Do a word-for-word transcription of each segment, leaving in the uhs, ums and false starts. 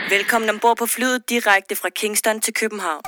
Velkommen ombord på flyet direkte fra Kingston til København.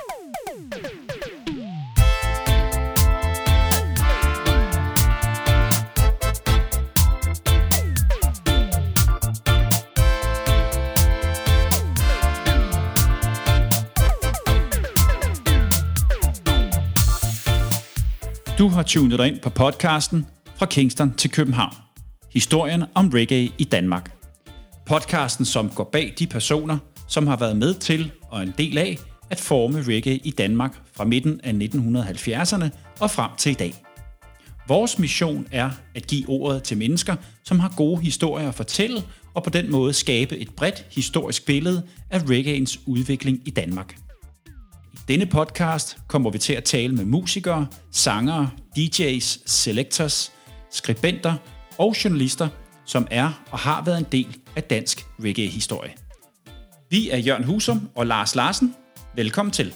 Du har tunet dig ind på podcasten Fra Kingston til København. Historien om reggae i Danmark. Podcasten, som går bag de personer, som har været med til og en del af at forme reggae i Danmark fra midten af nitten halvfjerdserne og frem til i dag. Vores mission er at give ordet til mennesker, som har gode historier at fortælle, og på den måde skabe et bredt historisk billede af reggaeens udvikling i Danmark. I denne podcast kommer vi til at tale med musikere, sangere, D J's, selectors, skribenter og journalister, som er og har været en del af dansk reggae-historie. Vi er Jørgen Husum og Lars Larsen. Velkommen til.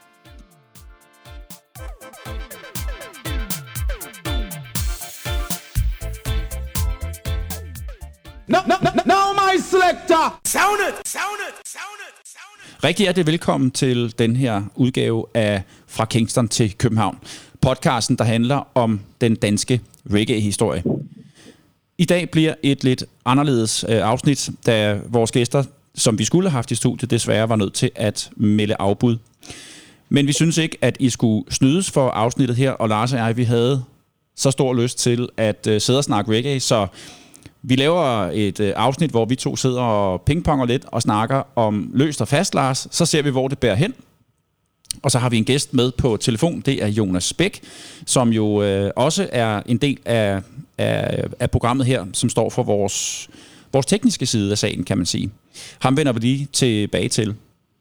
No, no, no, no, my selector! Sound it, sound it, sound it, sound it. Rigtig hjertelig velkommen til den her udgave af Fra Kingston til København. Podcasten, der handler om den danske reggae-historie. I dag bliver et lidt anderledes øh, afsnit, da vores gæster, som vi skulle have haft i studiet, desværre var nødt til at melde afbud. Men vi synes ikke, at I skulle snydes for afsnittet her, og Lars og jeg, vi havde så stor lyst til at øh, sidde og snakke reggae, så vi laver et øh, afsnit, hvor vi to sidder og pingponger lidt og snakker om løst og fast, Lars. Så ser vi, hvor det bærer hen. Og så har vi en gæst med på telefon, det er Jonas Bæk, som jo øh, også er en del af, af, af programmet her, som står for vores, vores tekniske side af sagen, kan man sige. Ham vender vi lige tilbage til.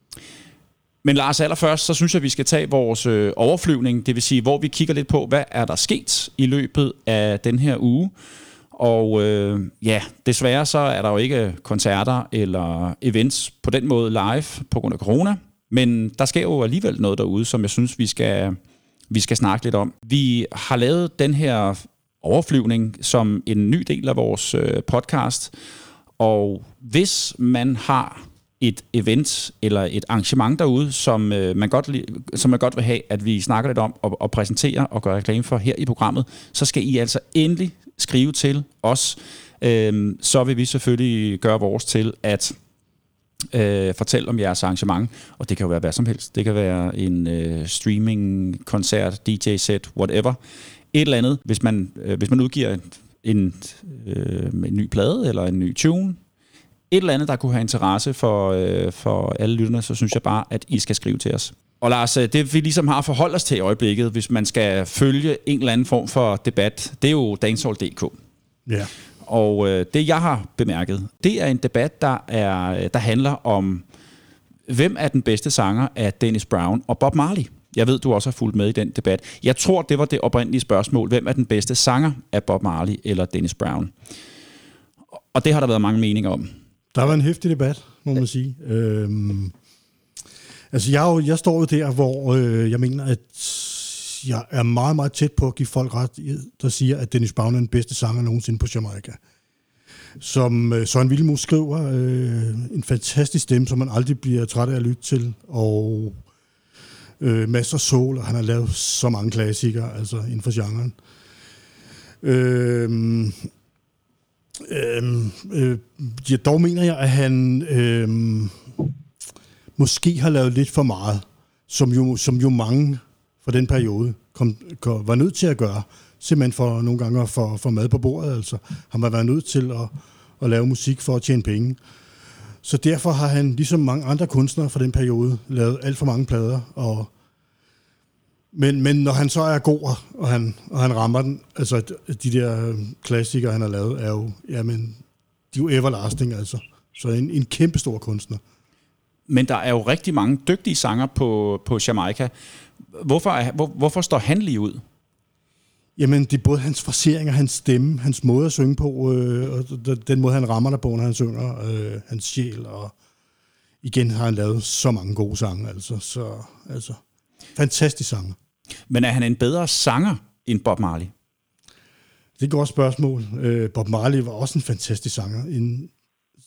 Men Lars, allerførst, så synes jeg, vi skal tage vores øh, overflyvning, det vil sige, hvor vi kigger lidt på, hvad er der sket i løbet af den her uge. Og øh, ja, desværre så er der jo ikke koncerter eller events på den måde live på grund af corona. Men der sker jo alligevel noget derude, som jeg synes, vi skal, vi skal snakke lidt om. Vi har lavet den her overflyvning som en ny del af vores øh, podcast. Og hvis man har et event eller et arrangement derude, som, øh, man, godt, som man godt vil have, at vi snakker lidt om og, og præsenterer og gør reklame for her i programmet, så skal I altså endelig skrive til os. Øh, så vil vi selvfølgelig gøre vores til at Øh, fortæl om jeres arrangement, og det kan jo være hvad som helst. Det kan være en øh, streaming, koncert, D J-set, whatever. Et eller andet, hvis man, øh, hvis man udgiver en, en, øh, en ny plade eller en ny tune, et eller andet, der kunne have interesse for, øh, for alle lytterne, så synes jeg bare, at I skal skrive til os. Og Lars, det vi ligesom har forholdt os til i øjeblikket, hvis man skal følge en eller anden form for debat, det er jo dancehall punktum d k. Ja. Yeah. Og øh, det, jeg har bemærket, det er en debat, der, er, der handler om, hvem er den bedste sanger af Dennis Brown og Bob Marley? Jeg ved, du også har fulgt med i den debat. Jeg tror, det var det oprindelige spørgsmål. Hvem er den bedste sanger af Bob Marley eller Dennis Brown? Og det har der været mange meninger om. Der var en heftig debat, må man sige. Øhm, altså, jeg, jeg står jo der, hvor øh, jeg mener, at jeg er meget, meget tæt på at give folk ret, der siger, at Dennis Brown er den bedste sanger nogensinde på Jamaica. Som øh, Søren Vilmos skriver, øh, en fantastisk stemme, som man aldrig bliver træt af at lytte til, og øh, Master Soul, og han har lavet så mange klassikere, altså inden for genren. Øh, øh, øh, ja, dog mener jeg, at han øh, måske har lavet lidt for meget, som jo, som jo mange for den periode kom, kom, var nødt til at gøre, simpelthen for nogle gange at få, få mad på bordet. Altså. Han var været nødt til at, at lave musik for at tjene penge. Så derfor har han, ligesom mange andre kunstnere fra den periode, lavet alt for mange plader. Og, men, men når han så er god, og han, og han rammer den, altså de der klassikere, han har lavet, er jo, jamen, de er jo everlasting, altså. Så en, en kæmpe stor kunstner. Men der er jo rigtig mange dygtige sanger på, på Jamaica. Hvorfor, er, hvor, hvorfor står han lige ud? Jamen, det er både hans frasering og hans stemme, hans måde at synge på, øh, og den måde, han rammer der på, når han synger, øh, hans sjæl, og igen har han lavet så mange gode sange, altså. Så, altså, fantastisk sanger. Men er han en bedre sanger end Bob Marley? Det er et godt spørgsmål. Øh, Bob Marley var også en fantastisk sanger. En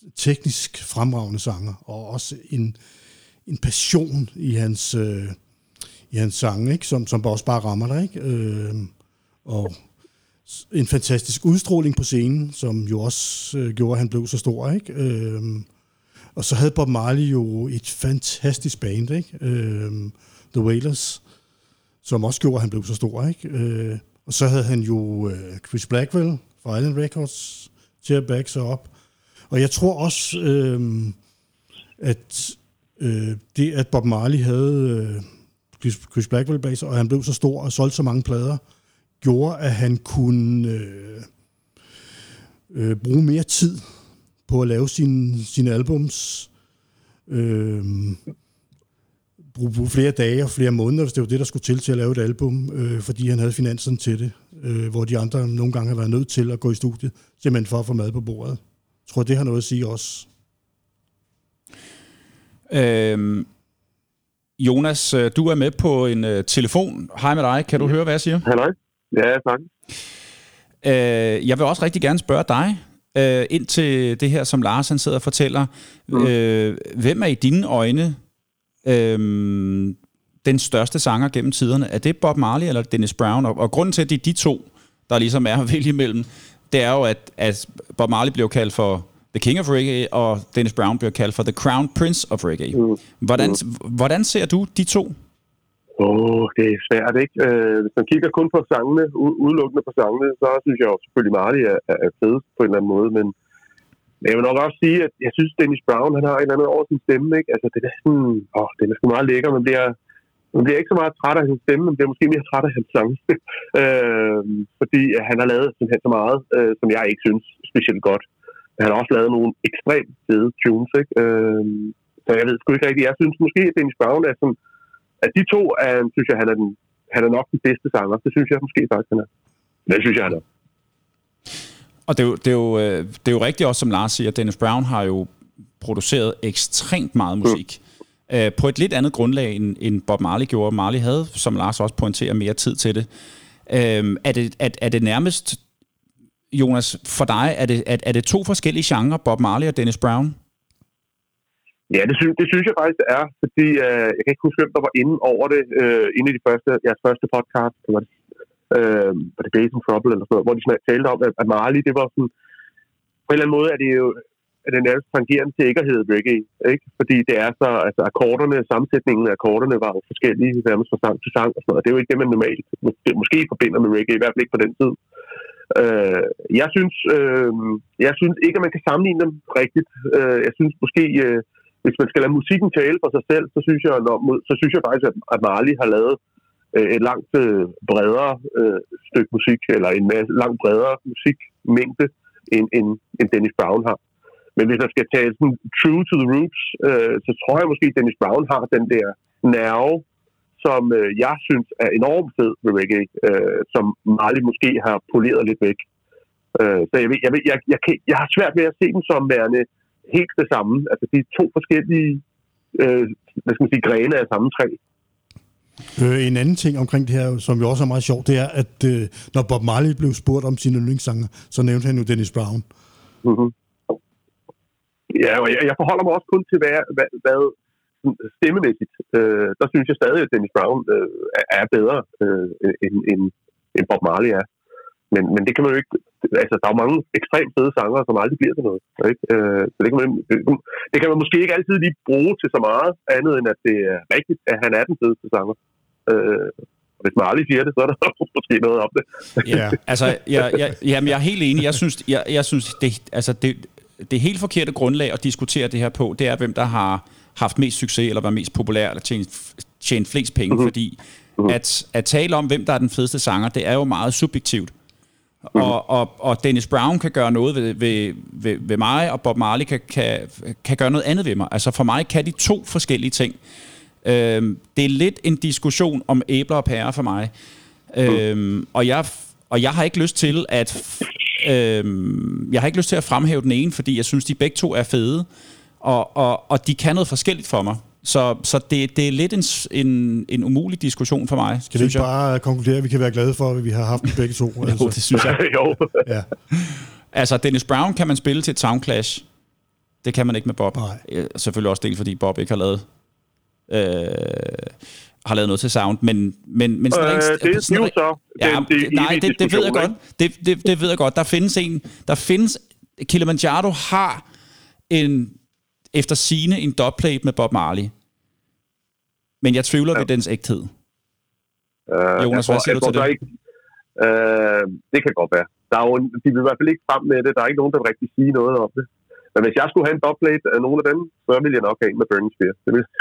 teknisk fremragende sanger, og også en, en passion i hans, øh, i hans sange, ikke? Som, som også bare rammer dig, ikke? Øh, og en fantastisk udstråling på scenen, som jo også øh, gjorde, at han blev så stor, ikke? Øh, og så havde Bob Marley jo et fantastisk band, ikke? Øh, The Wailers, som også gjorde, at han blev så stor, ikke? Øh, og så havde han jo øh, Chris Blackwell fra Island Records til at backe sig op. Og jeg tror også, øh, at øh, det, at Bob Marley havde øh, Chris, Chris Blackwell bag sig, og han blev så stor og solgte så mange plader, gjorde, at han kunne øh, øh, bruge mere tid på at lave sine, sine albums. Øh, bruge, bruge flere dage og flere måneder, hvis det var det, der skulle til til at lave et album, øh, fordi han havde finanserne til det, øh, hvor de andre nogle gange har været nødt til at gå i studiet, simpelthen for at få mad på bordet. Jeg tror, det har noget at sige også. Øhm, Jonas, du er med på en uh, telefon. Hej med dig. Kan du høre, hvad jeg siger? Hej. Ja, tak. Øh, jeg vil også rigtig gerne spørge dig, øh, ind til det her, som Lars han sidder og fortæller. Mm. Øh, hvem er i dine øjne øh, den største sanger gennem tiderne? Er det Bob Marley eller Dennis Brown? Og, og grunden til, at det er de to, der ligesom er at vælge imellem, det er jo, at, at Bob Marley blev kaldt for The King of Reggae, og Dennis Brown blev kaldt for The Crown Prince of Reggae. Mm. Hvordan, mm. hvordan ser du de to? Åh, oh, det er svært, ikke? Uh, hvis man kigger kun på sangene, u- udelukkende på sangene, så synes jeg jo selvfølgelig Marley er, er fedest på en eller anden måde, men jeg vil nok også sige, at jeg synes, Dennis Brown, han har et eller andet over sin stemme, ikke? Altså, det er sådan, åh, det er sgu meget lækker, man bliver, man bliver ikke så meget træt af hans stemme, man bliver måske mere træt af hans sange, uh, fordi han har lavet simpelthen så meget, uh, som jeg ikke synes specielt godt. Han har også lavet nogle ekstremt fede tunes, ikke? Uh, så jeg ved sgu ikke rigtigt, jeg synes måske, at Dennis Brown er sådan, at de to, er, synes jeg, han er, den, han er nok den bedste sanger. Det synes jeg måske faktisk, han er. Det synes jeg, han er. Og det er, jo, det, er jo, det er jo rigtigt også, som Lars siger, Dennis Brown har jo produceret ekstremt meget musik. Mm. Uh, på et lidt andet grundlag, end, end Bob Marley gjorde. Marley havde, som Lars også pointerer, mere tid til det. Uh, er, det er, er det nærmest, Jonas, for dig, er det, er, er det to forskellige genrer, Bob Marley og Dennis Brown? Ja, det synes, det synes jeg faktisk, det er, fordi øh, jeg kan ikke huske, hvem der var inde over det, øh, inde i de første, jeres første podcast, det var det, øh, var det Bass and Trouble eller sådan noget, hvor de talte om, at, at Marley, det var sådan, på en eller anden måde er det jo, er det nærmest tangerende til ikke at hedde reggae, ikke? Fordi det er så, altså akkorderne, sammensætningen af akkorderne var jo forskellige, nærmest fra sang til sang og sådan noget, det er jo ikke det, man normalt måske forbinder med reggae, i hvert fald ikke på den tid. Øh, jeg synes, øh, jeg synes ikke, at man kan sammenligne dem rigtigt. Øh, jeg synes måske, øh, hvis man skal lade musikken tale for sig selv, så synes jeg, så synes jeg faktisk, at Marley har lavet øh, et langt øh, bredere øh, stykke musik, eller en masse, langt bredere musikmængde, end, end, end Dennis Brown har. Men hvis man skal tale sådan true to the roots, øh, så tror jeg måske, at Dennis Brown har den der nerve, som øh, jeg synes er enormt fed ved reggae, øh, som Marley måske har poleret lidt væk. Øh, så jeg, ved, jeg, ved, jeg, jeg, kan, jeg har svært ved at se dem som værende helt det samme. Altså de to forskellige øh, hvad skal man sige, grene af samme træ. Øh, en anden ting omkring det her, som jo også er meget sjovt, det er, at øh, når Bob Marley blev spurgt om sine yndlingssanger, så nævnte han jo Dennis Brown. Mm-hmm. Ja, og jeg, jeg forholder mig også kun til, hvad, hvad, hvad stemmemæssigt. Øh, der synes jeg stadig, at Dennis Brown øh, er bedre øh, end, end, end Bob Marley er. Men, men det kan man jo ikke... Altså, der er jo mange ekstremt fede sanger, som aldrig bliver til noget. Ikke? Øh, så det kan, man, det kan man måske ikke altid lige bruge til så meget, andet end at det er rigtigt, at han er den fedeste sanger. Øh, og hvis Marley siger det, så er der måske noget om det. Ja, altså, jeg, jeg, jamen, jeg er helt enig. Jeg synes, jeg, jeg synes det, altså, det, det helt forkerte grundlag at diskutere det her på, det er, hvem der har haft mest succes, eller været mest populær, eller tjent, tjent flest penge, mm-hmm. fordi mm-hmm. At, at tale om, hvem der er den fedeste sanger, det er jo meget subjektivt. Mm-hmm. Og, og, og Dennis Brown kan gøre noget ved, ved, ved, ved mig, og Bob Marley kan, kan, kan gøre noget andet ved mig. Altså for mig kan de to forskellige ting. Øhm, det er lidt en diskussion om æbler og pærer for mig. Øhm, og, jeg, og jeg har ikke lyst til at øhm, jeg har ikke lyst til at fremhæve den ene, fordi jeg synes, de begge to er fede, og, og, og de kan noget forskelligt for mig. Så, så det, det er lidt en, en, en umulig diskussion for mig. Skal vi ikke bare konkludere, at vi kan være glade for, at vi har haft dem begge to? Jo, altså. Det synes jeg. Jo. Ja. Altså, Dennis Brown kan man spille til et soundclash. Det kan man ikke med Bob. Nej. Selvfølgelig også del, fordi Bob ikke har lavet øh, har lavet noget til sound, men men men øh, det er jo så. Ja, det, det nej, det, det ved jeg godt. Det, det, det ved jeg godt. Der findes en, der findes Kilimanjaro har en efter sigende en dubplate med Bob Marley. Men jeg tvivler ja. ved dens ægthed. Øh, Jonas, tror, hvad siger du til det? Ikke, øh, det kan godt være. Der er jo, de vil i hvert fald ikke frem med det. Der er ikke nogen, der vil rigtig sige noget om det. Men hvis jeg skulle have en dubplate af nogle af dem, så ville jeg nok have en med Burning Spear.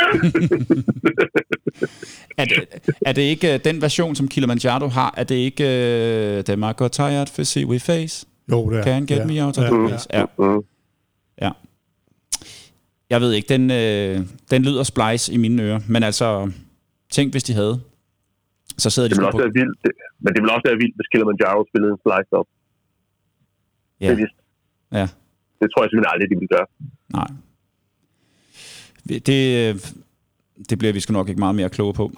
er, det, er det ikke den version, som Kilimanjaro har? Er det ikke uh, Them I got tired for see we face? Jo, det er. Can't get ja. me out of ja. the place. Ja. Mm. ja. Jeg ved ikke, den, øh, den lyder splice i mine ører. Men altså, tænk hvis de havde. Så sidder de det sgu på... på... Vildt. Men det ville også være vildt, hvis Kilimanjaro spillede en slice op. Ja. Det vidst. Ja. Det tror jeg simpelthen aldrig, de vil gøre. Nej. Det, det bliver vi sgu nok ikke meget mere kloge på.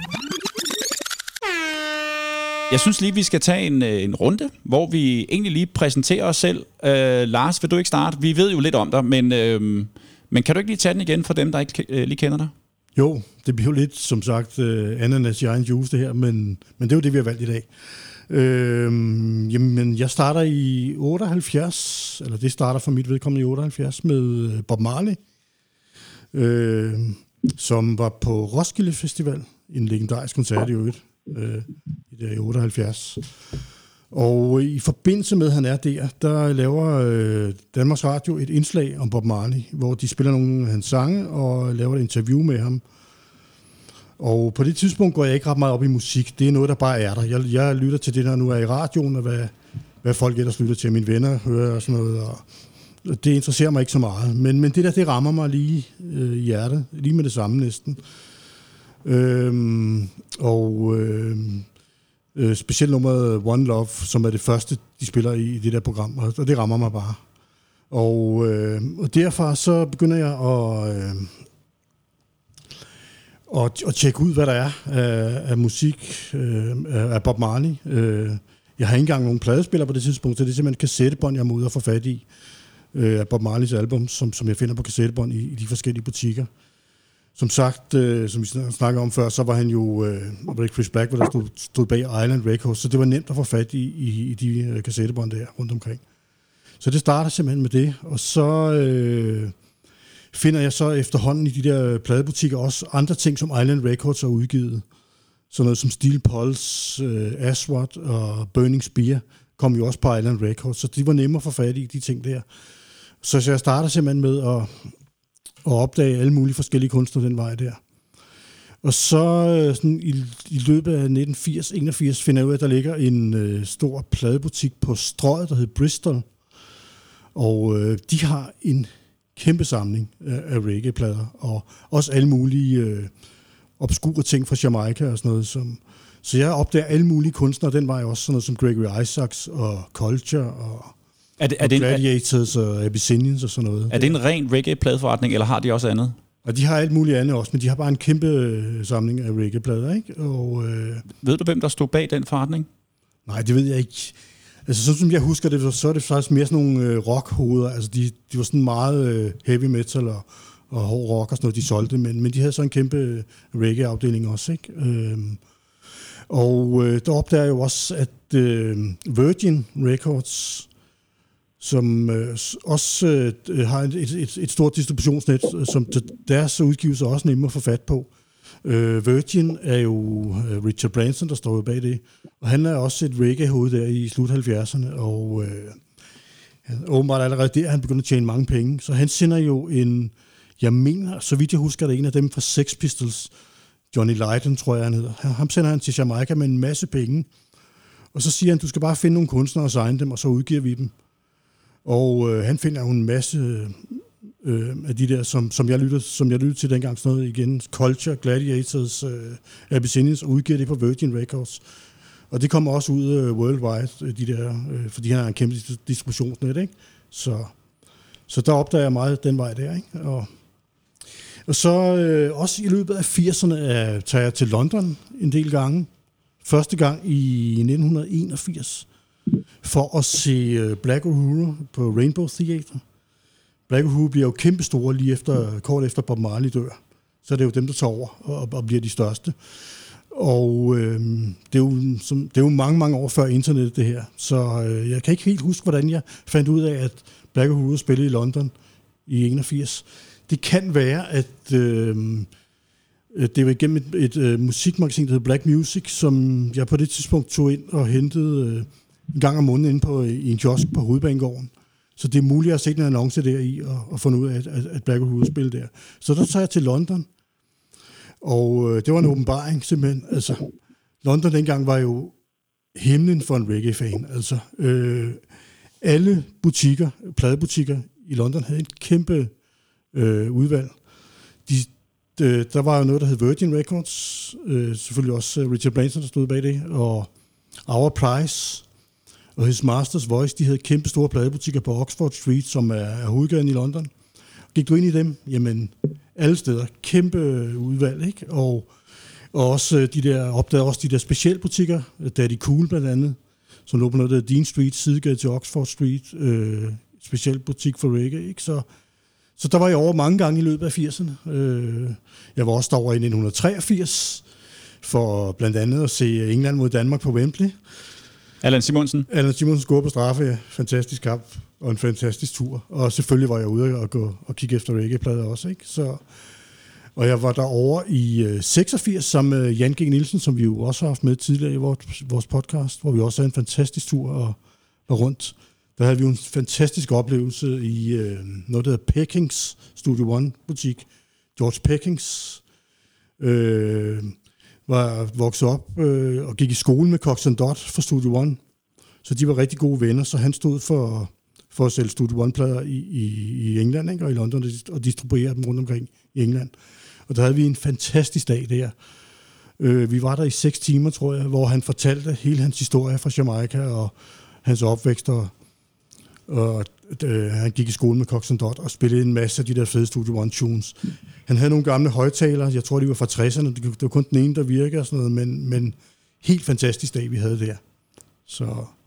Jeg synes lige, vi skal tage en, en runde, hvor vi egentlig lige præsenterer os selv. Øh, Lars, vil du ikke starte? Vi ved jo lidt om dig, men, øh, men kan du ikke lige tage den igen for dem, der ikke øh, lige kender dig? Jo, det bliver jo lidt, som sagt, uh, ananas i egen juice, det her, men, men det er jo det, vi har valgt i dag. Øh, jamen, jeg starter i otteoghalvfjerds, eller det starter for mit vedkommende i otteoghalvfjerds, med Bob Marley, øh, som var på Roskilde Festival, en legendarisk koncert i øvrigt, øh, i der i otteoghalvfjerds. Og i forbindelse med, at han er der, der laver øh, Danmarks Radio et indslag om Bob Marley, hvor de spiller nogle af hans sange og laver et interview med ham. Og på det tidspunkt går jeg ikke ret meget op i musik. Det er noget, der bare er der. Jeg, jeg lytter til det, der nu er i radioen, og hvad, hvad folk ellers lytter til, mine venner hører og sådan noget. Og det interesserer mig ikke så meget. Men, men det der, det rammer mig lige øh, i hjertet. Lige med det samme næsten. Øhm, og øh, øh, specielt nummeret One Love, som er det første, de spiller i, i det der program. Og, og det rammer mig bare. Og, øh, og derfor så begynder jeg at... Øh, Og, og tjekke ud, hvad der er af, af musik øh, af Bob Marley. Øh, jeg har ikke engang nogen pladespiller på det tidspunkt, så det er simpelthen kassettebånd, jeg må ud og få fat i øh, af Bob Marleys album, som, som jeg finder på kassettebånd i, i de forskellige butikker. Som sagt, øh, som vi snakkede om før, så var han jo øh, Chris Black, hvor der stod, stod bag Island Records, så det var nemt at få fat i, i, i de øh, kassettebånd der rundt omkring. Så det starter simpelthen med det, og så... Øh, finder jeg så efterhånden i de der pladebutikker også andre ting, som Island Records har udgivet. Sådan noget som Steel Pulse, uh, Aswad og Burning Spear kom jo også på Island Records, så de var nemmere at få fat i, de ting der. Så, så jeg starter simpelthen med at, at opdage alle mulige forskellige kunstnere den vej der. Og så sådan, i, i løbet af nitten firs til enogfirs finder jeg ud af, at der ligger en uh, stor pladebutik på Strøget, der hedder Bristol. Og uh, de har en kæmpe samling af, af reggae-plader, og også alle mulige øh, obskure ting fra Jamaica og sådan noget. Som, så jeg opdager alle mulige kunstnere, den var jo også sådan noget som Gregory Isaacs og Culture og, er det, er og det Gladiators en, og Abyssinians og sådan noget. Er det en ren reggae-pladeforretning, eller har de også andet? Og de har alt muligt andet også, men de har bare en kæmpe samling af reggae-plader, ikke? Og, øh, ved du, hvem der stod bag den forretning? Nej, det ved jeg ikke. Altså, sådan som jeg husker det, så er det faktisk mere sådan nogle øh, rockhoveder. Altså, de, de var sådan meget øh, heavy metal og, og hård rock og sådan noget, de solgte, men, men de havde så en kæmpe reggae-afdeling også, ikke? Øhm, og øh, der opdager jeg jo også, at øh, Virgin Records, som øh, også øh, har et, et, et stort distributionsnet, som deres udgivelser også nemmere at få fat på. Uh, Virgin er jo uh, Richard Branson, der står bag det, og han er også et reggae-hoved der i slut halvfjerdserne, og uh, han, åbenbart allerede der, han begynder at tjene mange penge, så han sender jo en, jeg mener, så vidt jeg husker, det er en af dem fra Sex Pistols, Johnny Lydon, tror jeg han hedder, ham sender han til Jamaica med en masse penge, og så siger han, du skal bare finde nogle kunstnere og signe dem, og så udgiver vi dem, og uh, han finder jo en masse... Øh, af de der, som, som, jeg lyttede, som jeg lyttede til dengang, sådan noget igen, Culture, Gladiators, øh, Abyssinians, og udgiver det på Virgin Records. Og det kommer også ud øh, worldwide, de der, øh, fordi han har en kæmpe distributionsnet, ikke? Så, så der opdager jeg meget den vej der, ikke? Og, og så øh, også i løbet af firserne øh, tager jeg til London en del gange. Første gang i nitten enogfirs for at se øh, Black Uhuru på Rainbow Theatre. Black Uhuru bliver jo kæmpestore lige efter, kort efter Bob Marley dør. Så er det jo dem, der tager over og, og bliver de største. Og øh, det, er jo, som, det er jo mange, mange år før internet, det her. Så øh, jeg kan ikke helt huske, hvordan jeg fandt ud af, at Black Uhuru spillede i London i enogfirs. Det kan være, at øh, det var igennem et, et, et musikmagasin, der hedder Black Music, som jeg på det tidspunkt tog ind og hentede øh, en gang om måneden inde på, i en kiosk på Hovedbanegården. Så det er muligt at se en annonce der i og, og finde ud af, at, at Black Uhuru spillede der. Så der tager jeg til London. Og øh, det var en åbenbaring, simpelthen. Altså, London dengang var jo himlen for en reggae-fan. Altså, øh, alle butikker, pladebutikker i London havde et kæmpe øh, udvalg. De, de, der var jo noget, der hed Virgin Records. Øh, selvfølgelig også Richard Branson, der stod bag det. Og Our Price og His Master's Voice, de havde kæmpe store pladebutikker på Oxford Street, som er, er hovedgaden i London. Gik du ind i dem? Jamen, alle steder. Kæmpe udvalg, ikke? Og, og også de der, opdagede også de der specialbutikker, Daddy Cool blandt andet, som lå på noget der Dean Street, sidegade til Oxford Street, øh, specialbutik for reggae, ikke? Så, så der var jeg over mange gange i løbet af firserne. Øh, jeg var også derovre i nitten treogfirs, for blandt andet at se England mod Danmark på Wembley. Allan Simonsen. Allan Simonsen scorede på straffe, ja. Fantastisk kamp og en fantastisk tur. Og selvfølgelig var jeg ude og gå og kigge efter reggae-plader også, ikke? Så, og jeg var derovre i øh, seksogfirs sammen med Jan G. Nielsen, som vi jo også har haft med tidligere i vores, vores podcast, hvor vi også havde en fantastisk tur og var rundt. Der havde vi jo en fantastisk oplevelse i øh, noget, der hedder Peckings Studio One-butik. George Peckings øh, var vokset op øh, og gik i skole med Cox and Dot for Studio One. Så de var rigtig gode venner, så han stod for, for at sælge Studio One-plader i, i, i England, ikke? Og i London og distribuere dem rundt omkring i England. Og der havde vi en fantastisk dag der. Øh, vi var der i seks timer, tror jeg, hvor han fortalte hele hans historie fra Jamaica og hans opvækst. Og, og øh, han gik i skole med Cox and Dot og spillede en masse af de der fede Studio One-tunes. Han havde nogle gamle højtalere, jeg tror, de var fra tresserne. Det var kun den ene, der virkede og sådan noget, men, men helt fantastisk dag, vi havde der. Så...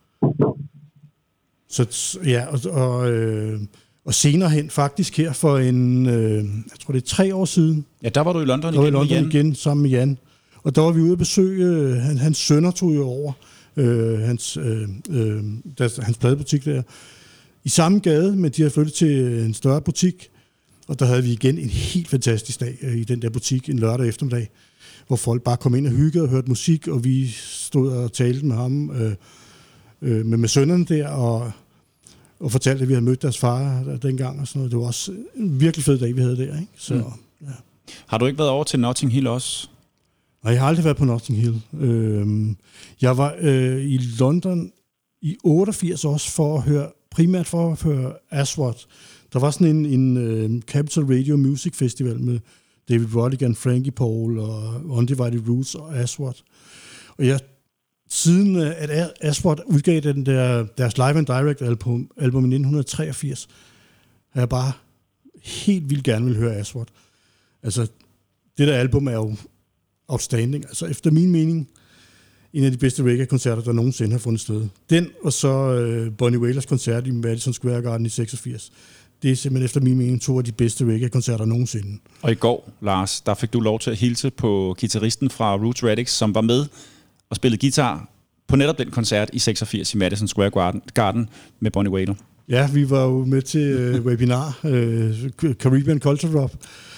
Så ja, og, og, øh, og senere hen faktisk her for en, øh, jeg tror det er tre år siden. Ja, der var du i London igen, igen, i London igen sammen med Jan. Og der var vi ude at besøge, øh, han, hans sønner tog jo over, øh, hans, øh, øh, der, hans pladebutik der, i samme gade, men de havde flyttet til en større butik. Og der havde vi igen en helt fantastisk dag øh, i den der butik en lørdag eftermiddag, hvor folk bare kom ind og hyggede og hørte musik, og vi stod og talte med ham, øh, øh, med, med sønnerne der, og og fortalte, at vi havde mødt deres far dengang og sådan noget. Det var også en virkelig fed dag, vi havde der, ikke? Så, mm. ja. Har du ikke været over til Notting Hill også? Nej, jeg har aldrig været på Notting Hill. Øhm, jeg var øh, i London i otteogfirs også for at høre, primært for at høre Aswad. Der var sådan en, en uh, Capital Radio Music Festival med David Rodigan, Frankie Paul og Undivided Roots og Aswad. Og jeg siden at Aswad udgav den der, deres Live and Direct album, album i nitten treogfirs, har jeg bare helt vildt gerne vil høre Aswad. Altså, det der album er jo outstanding. Altså, efter min mening, en af de bedste reggae-koncerter, der nogensinde har fundet sted. Den, og så uh, Bonnie Wailers koncert i Madison Square Garden i seksogfirs. Det er simpelthen efter min mening to af de bedste reggae-koncerter nogensinde. Og i går, Lars, der fik du lov til at hilse på guitaristen fra Roots Radics, som var med og spillede guitar på netop den koncert i seksogfirs i Madison Square Garden med Bonnie Wailer. Ja, vi var jo med til øh, webinar, øh, Caribbean Culture Drop,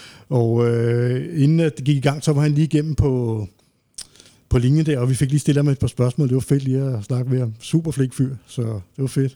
og øh, inden at det gik i gang, så var han lige igennem på, på linjen der, og vi fik lige stillet ham et par spørgsmål. Det var fedt lige at snakke med ham. Super flink fyr, så det var fedt.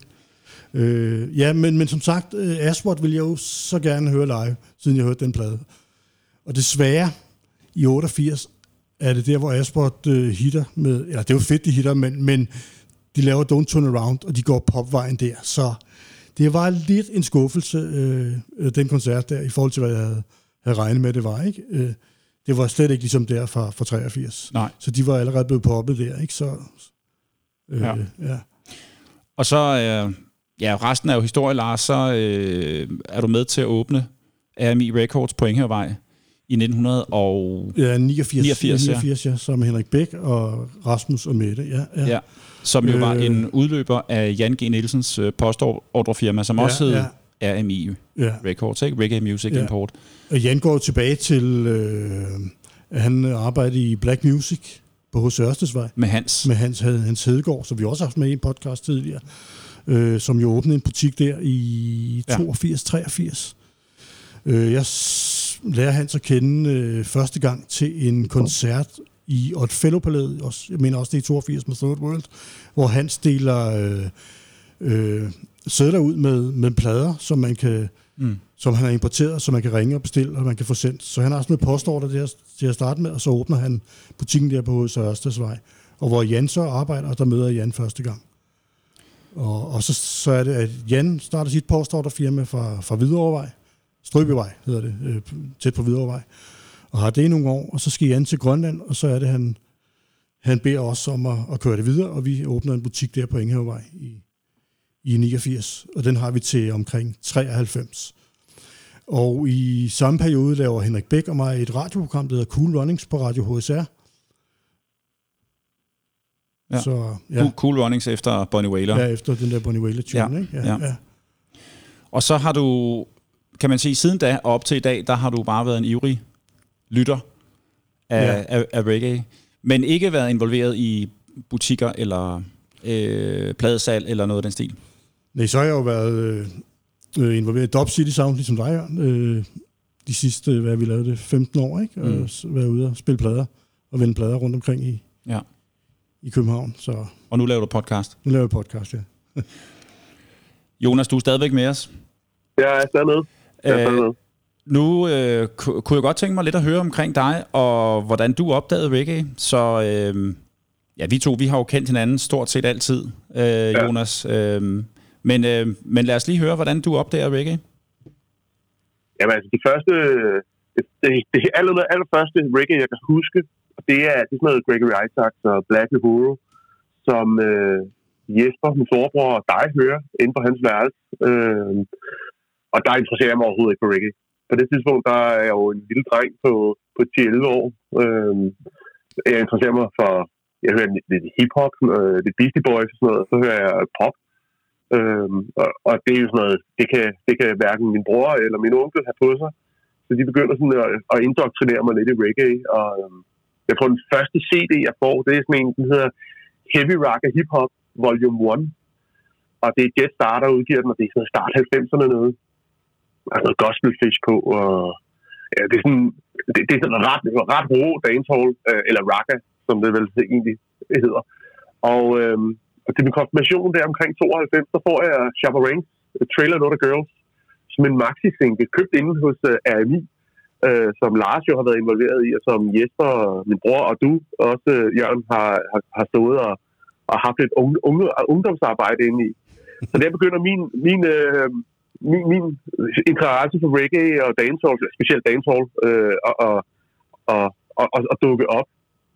Øh, ja, men, men som sagt, øh, Aswad ville jeg jo så gerne høre live, siden jeg hørte den plade. Og desværre, i otteogfirs, er det der, hvor Aswad øh, hitter med... Eller det er jo fedt, de hitter, men, men de laver Don't Turn Around, og de går popvejen der. Så det var lidt en skuffelse, øh, den koncert der, i forhold til, hvad jeg havde, havde regnet med, det var, ikke? Øh, det var slet ikke ligesom der fra, fra treogfirs. Nej. Så de var allerede blevet poppet der, ikke? Så... Øh, ja. ja. Og så... Øh, ja, resten er jo historie, Lars. Så øh, er du med til at åbne R M I Records på Enghavevej i nitten niogfirs. Ja, niogfirs, niogfirs, niogfirs ja. ja, sammen med Henrik Bæk og Rasmus og Mette, ja. ja. ja som jo øh, var en udløber af Jan G. Nielsens øh, postordrefirma, som ja, også hed R M I ja. Records, ikke? Reggae Music ja. Import. Og Jan går tilbage til, øh, han arbejdede i Black Music på H C Ørstedsvej. Med Hans. Med Hans, Hans Hedegaard, som vi også har haft med i en podcast tidligere, øh, som jo åbnede en butik der i toogfirs treogfirs. Øh, jeg s- lærer Hans at kende øh, første gang til en koncert i Oddfellow-palæet, også, jeg mener også det er i toogfirs med Third World, hvor Hans deler øh, øh, sædler ud med, med plader, som man kan, mm. som han har importeret, så man kan ringe og bestille, og man kan få sendt. Så han har sådan et postorder der til at starte med, og så åbner han butikken der på H C Ørstedsvej. Og hvor Jan så arbejder, og der møder Jan første gang. Og, og så, så er det, at Jan starter sit postorderfirma fra, fra Hvidovrevej, Strøbyvej hedder det, øh, tæt på Hvidovrevej, og har det i nogle år, og så skal Jan til Grønland, og så er det, han, han beder os om at, at køre det videre, og vi åbner en butik der på Enghave i, i niogfirs, og den har vi til omkring treoghalvfems. Og i samme periode laver Henrik Bæk og mig et radioprogram, der hedder Cool Runnings på Radio H S R. Ja. Så, ja. Cool, cool Runnings efter Bonnie Wailer. Ja, efter den der Bonnie Wailer-tune, ja. ikke? Ja, ja. Ja. Og så har du, kan man sige, siden da og op til i dag, der har du bare været en ivrig lytter af, ja. af, af reggae, men ikke været involveret i butikker eller øh, pladesalg eller noget af den stil. Nej, så har jeg jo været øh, involveret i Dub City Sound, ligesom dig, Jørgen, øh, de sidste, hvad vi lavede det, femten år, ikke? Og mm. været ude og spille plader og vende plader rundt omkring i, ja. i København. Så. Og nu laver du podcast? Nu laver jeg podcast, ja. Jonas, du er stadigvæk med os? Ja, jeg er stadig med. Jeg er stadig med. Øh, nu øh, kunne jeg godt tænke mig lidt at høre omkring dig, og hvordan du opdagede reggae. Så øh, ja, vi to, vi har jo kendt hinanden stort set altid, øh, Jonas. Ja. Øh, men, øh, men lad os lige høre, hvordan du opdager reggae. Jamen altså, de første, det, det, det aller, allerførste reggae, jeg kan huske, det er, det er sådan noget Gregory Isaacs og Black Uhuru, som øh, Jesper, min storebror, og dig hører inden for hans værelse. Øh, og der interesserer jeg mig overhovedet ikke for reggae. På det tidspunkt, der er jeg jo en lille dreng på, på ti elleve år. Øh, jeg interesserer mig for, jeg hører lidt hiphop, øh, det Beastie Boys og sådan noget, så hører jeg pop. Øh, og, og det er jo sådan noget, det kan, det kan hverken min bror eller min onkel have på sig. Så de begynder sådan at, at indoktrinere mig lidt i reggae. Og øh, jeg tror, den første C D, jeg får, det er sådan en, den hedder Heavy Rock og Hip Hop Volume et. Og det er Jet Star, der udgiver den, og det er sådan start halvfemserne noget. Der er noget gospel fish på, og ja, det er sådan, det, det er sådan ret, ret rå dancehall, øh, eller ragga, som det vel egentlig hedder. Og, øh, og til min konfirmation der omkring tooghalvfems, så får jeg Shabba Ranks, Trailer Load of Girls, som en maxi-single, købt inde hos uh, R M I, øh, som Lars jo har været involveret i, og som Jesper, min bror og du også, uh, Jørgen, har, har, har stået og, og haft et unge, unge, ungdomsarbejde inde i. Så der begynder min, min, øh, min, min interesse for reggae og dancehall, specielt dancehall, øh, og, og, og, og, og dukke op.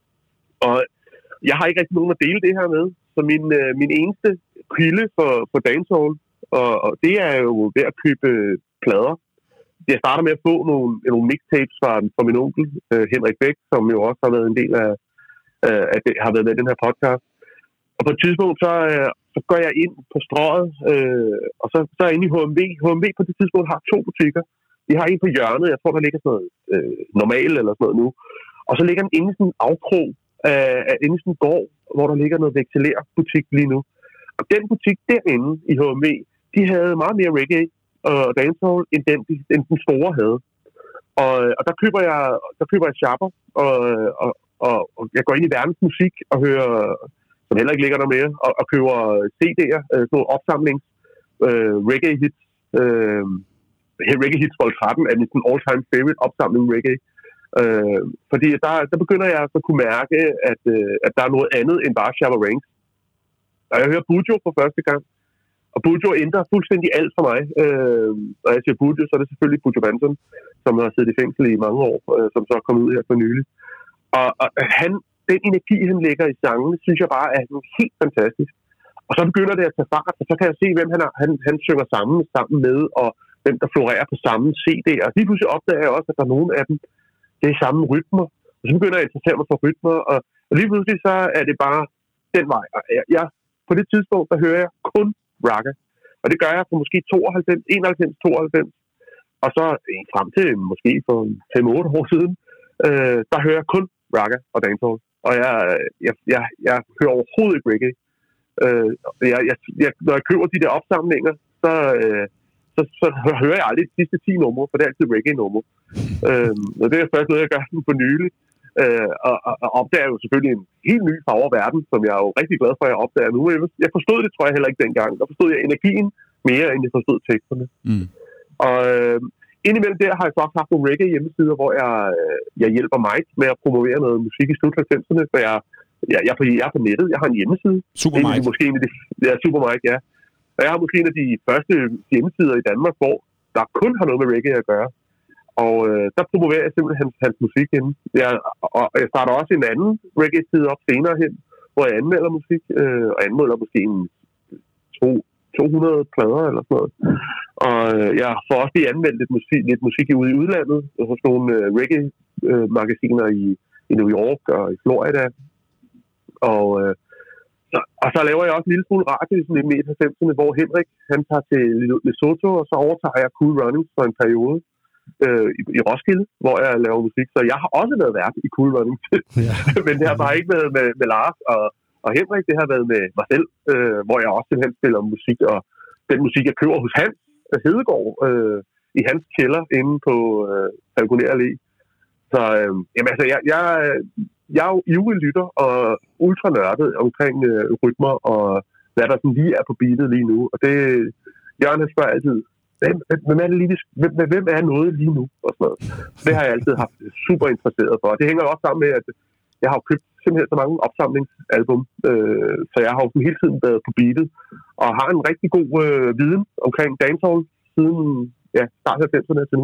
Og jeg har ikke rigtig nogen at dele det her med, så min, øh, min eneste kilde for, for dancehall, og, og det er jo ved at købe plader. Jeg starter med at få nogle, nogle mixtapes fra, fra min onkel, øh, Henrik Bæk, som jo også har været en del af, øh, af det, har været med i den her podcast. Og på et tidspunkt, så, øh, så går jeg ind på strøget, øh, og så, så er jeg inde i H M V. H M V på det tidspunkt har to butikker. Vi har en på hjørnet, jeg tror, der ligger sådan noget øh, normal eller sådan noget nu. Og så ligger den inde i sådan en afkrog, øh, inde i sådan en gård, hvor der ligger noget vekselær butik lige nu. Og den butik derinde i H M V, de havde meget mere reggae og dancehall, end den, end den store havde. Og, og der køber jeg, der køber jeg Shabba, og, og, og, og jeg går ind i verdens musik og hører, som heller ikke ligger der mere, og, og køber C D'er, sådan nogle opsamlings, øh, reggae hits. Øh, reggae hits Vol tretten er min all-time favorite opsamling reggae. Øh, fordi der, der begynder jeg så at kunne mærke, at, øh, at der er noget andet end bare Shabba Ranks. Og jeg hører Bujo for første gang. Og Bujo ændrer fuldstændig alt for mig. Øh, når jeg siger Bujo, så er det selvfølgelig Bujo Banton, som har siddet i fængsel i mange år, øh, som så er kommet ud her for nylig. Og, og han, den energi, han lægger i sangen, synes jeg bare er helt fantastisk. Og så begynder det at tage fart, og så kan jeg se, hvem han, er, han, han synger sammen, sammen med, og hvem der florerer på samme C D. Og lige pludselig opdager jeg også, at der er nogle af dem, det er samme rytmer. Og så begynder jeg at interessere mig for rytmer, og, og lige pludselig så er det bare den vej. Og jeg, jeg, på det tidspunkt, der hører jeg kun ragga. Og Og det gør jeg for måske tooghalvfems, enoghalvfems, tooghalvfems. Og så frem til måske for fem otte år siden, øh, der hører jeg kun ragga og dancehall. Og jeg, jeg, jeg, jeg hører overhovedet ikke reggae. Øh, jeg, jeg, jeg, når jeg køber de der opsamlinger, så, øh, så, så hører jeg aldrig de sidste ti numre, for det er altid reggae-numre. øh, og det er først noget, jeg gør for nylig. Øh, og, og, og opdager jo selvfølgelig en helt ny farve verden, som jeg er jo rigtig glad for, at jeg opdager nu. Jeg forstod det, tror jeg, heller ikke dengang. Der forstod jeg energien mere, end jeg forstod teksterne. Mm. Og øh, indimellem der har jeg så også haft nogle reggae hjemmesider, hvor jeg, øh, jeg hjælper mig med at promovere noget musik i slut halvfemserne, for jeg, jeg, jeg, jeg er på nettet. Jeg har en hjemmeside. Supermike. Måske en af de, ja, Supermike, ja. Og jeg har måske en af de første hjemmesider i Danmark, hvor der kun har noget med reggae at gøre. Og øh, der promoverer jeg simpelthen hans, hans musik ind. Jeg, og jeg starter også en anden reggae-side op senere hen, hvor jeg anmelder musik, øh, og anmelder måske en to, to hundrede plader eller sådan noget. Og øh, jeg får også lige anmeldt lidt musik, lidt musik ude i udlandet, hos nogle øh, reggae-magasiner i, i New York og i Florida. Og, øh, så, og så laver jeg også en lille smule radio i sådan midt halvfemserne, hvor Henrik han tager til Lesotho, og så overtager jeg Cool Runnings for en periode. Øh, i, i Roskilde, hvor jeg laver musik. Så jeg har også været vært i Cool Running. Ja. Men det har bare ikke været med, med Lars og, og Henrik. Det har været med mig selv, øh, hvor jeg også simpelthen spiller musik. Og den musik, jeg køber hos Hans Hedegaard øh, i hans kælder inde på øh, Falconer Allé. Så øh, jamen, altså, jeg, jeg, jeg er jo ivrig lytter og ultra nørdet omkring øh, rytmer og hvad der sådan lige er på beatet lige nu. Og det, Jørgen han spørger altid, Hvem, hvem, er det lige, hvem, hvem er noget lige nu? Og sådan noget. Det har jeg altid haft super interesseret for. Det hænger også sammen med, at jeg har købt simpelthen så mange opsamlingsalbum, øh, så jeg har jo hele tiden været på beatet, og har en rigtig god øh, viden omkring dancehall siden ja, start af halvfemserne til nu.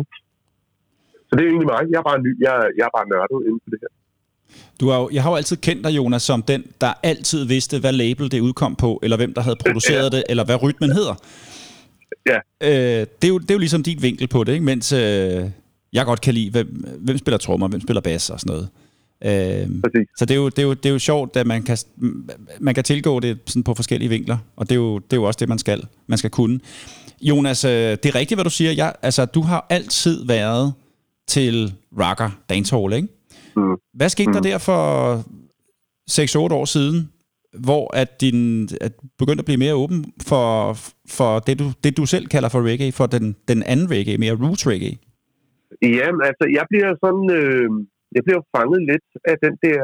Så det er egentlig mig. Jeg er bare ny. Jeg, jeg er bare nørdet inden for det her. Du har jo, jeg har jo altid kendt dig, Jonas, som den, der altid vidste, hvad label det udkom på, eller hvem der havde produceret ja. det, eller hvad rytmen hedder. Ja. Øh, det, er jo, det er jo ligesom din vinkel på det, ikke? Mens øh, jeg godt kan lide, hvem, hvem spiller trommer, hvem spiller bass og sådan noget. Øh, så det er, jo, det, er jo, det er jo sjovt, at man kan, man kan tilgå det sådan på forskellige vinkler, og det er jo, det er jo også det, man skal, man skal kunne. Jonas, øh, det er rigtigt, hvad du siger. Jeg, altså, du har altid været til rocker, dancehall, ikke? Mm. Hvad skete mm. der der for seks otte år siden, hvor at din at begyndte at blive mere åben for, for det, du, det, du selv kalder for reggae, for den, den anden reggae, mere roots reggae? Jamen, altså, jeg bliver sådan, øh, jeg bliver fanget lidt af den der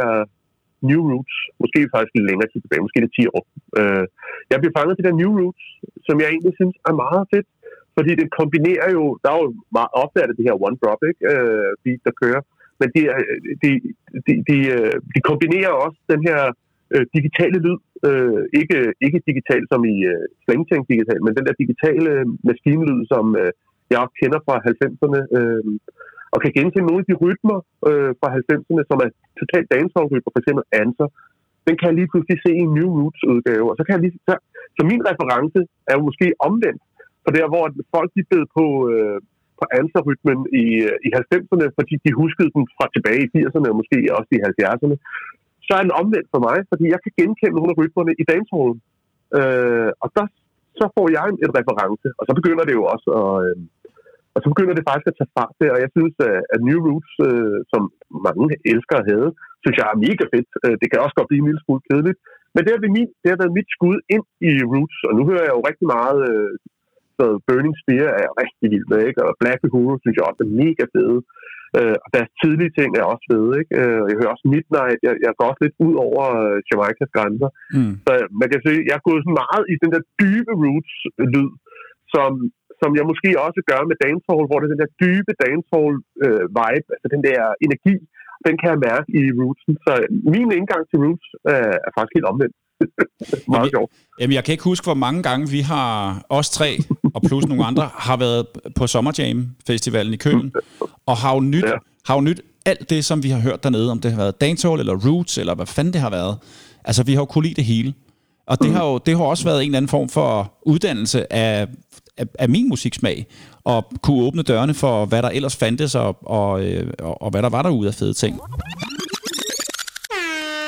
new roots, måske faktisk lidt længere tid tilbage, måske det ti år. Øh, jeg bliver fanget til den new roots, som jeg egentlig synes er meget fedt, fordi det kombinerer jo, der er jo meget ofte er det det her one drop, ikke, øh, beat, der kører, men de, de, de, de, de kombinerer også den her øh, digitale lyd, øh, ikke, ikke digital som i øh, slangtænk digital, men den der digitale maskinlyd, som øh, jeg også kender fra halvfemserne, øh, og kan genkende nogle af de rytmer øh, fra halvfemserne, som er totalt dancehall-rytmer, for eksempel Answer, den kan jeg lige pludselig se i en New Roots udgave, og så kan jeg lige, så, så min reference er jo måske omvendt, for der hvor folk de bed på, øh, på Answer-rytmen i, i halvfemserne, fordi de huskede den fra tilbage i firserne, og måske også i halvfjerdserne, så er den omvendt for mig, fordi jeg kan genkende nogle af rytmerne i dancehallen, øh, og der, så får jeg en, en reference, og så begynder det jo også at... Øh, Og så begynder det faktisk at tage fart der, og jeg synes, at New Roots, øh, som mange elsker at have, synes jeg er mega fedt. Det kan også godt blive en lille smule kedeligt. Men det har, været mit, det har været mit skud ind i Roots, og nu hører jeg jo rigtig meget, øh, så Burning Spear er jeg rigtig vild med, ikke? Og Black Uhuru synes jeg også er mega fede. Øh, og deres tidlige ting er også fede, ikke? Øh, jeg hører også Midnight, jeg, jeg går også lidt ud over øh, Jamaikas grænser. Mm. Så man kan sige, jeg er gået sådan meget i den der dybe Roots-lyd, som... som jeg måske også gør med dancehall, hvor det er den der dybe dancehall-vibe, øh, altså den der energi, den kan jeg mærke i rootsen. Så min indgang til roots øh, er faktisk helt omvendt. Meget sjovt. Jamen, jeg kan ikke huske, hvor mange gange vi har, os tre, og plus nogle andre, har været på Summer Jam Festivalen i Køln, og har jo nyt, ja. har jo nyt alt det, som vi har hørt dernede, om det har været dancehall eller roots, eller hvad fanden det har været. Altså, vi har jo kunnet lide det hele. Og det har jo det har også været en eller anden form for uddannelse af, af, af min musiksmag, og kunne åbne dørene for, hvad der ellers fandtes, og, og, og, og hvad der var derude af fede ting.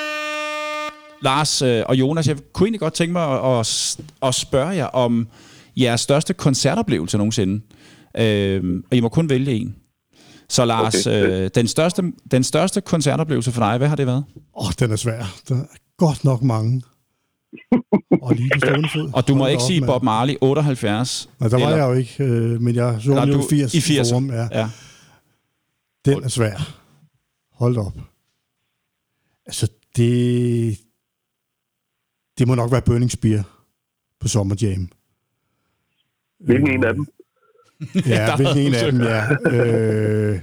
Lars og Jonas, jeg kunne egentlig godt tænke mig at, at spørge jer om, jeres største koncertoplevelse nogensinde. Øh, og I må kun vælge en. Så Lars, okay. øh, den, største, den største koncertoplevelse for dig, hvad har det været? Åh, oh, den er svær. Der er godt nok mange. Og lige på stående fod. Og du må ikke op, sige Bob Marley otteoghalvfjerds. Nej, der var eller... jeg jo ikke, øh, men jeg så jo firs. I firs. Forum, ja. ja. Den er svær. Hold op. Altså, det... Det må nok være Burning Spear på Summer Jam. Hvilken øh, en af dem? Ja, hvilken en af dem, ja. Øh,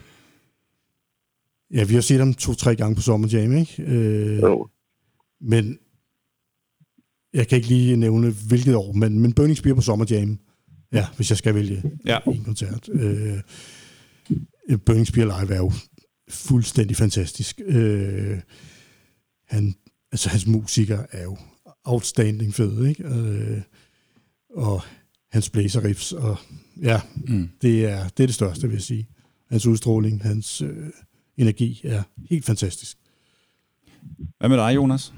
ja, vi har set dem to-tre gange på Summer Jam, ikke? Øh, oh. Men jeg kan ikke lige nævne, hvilket år, men, men Burning Spear på Summer Jam, ja, hvis jeg skal vælge ja. en koncert. Øh, Burning Spear live er jo fuldstændig fantastisk. Øh, han, altså, hans musiker er jo outstanding fed, ikke? Øh, og hans blæser riffs, og ja, mm. det, er, det er det største, vil jeg sige. Hans udstråling, hans øh, energi er helt fantastisk. Hvad med dig, Jonas?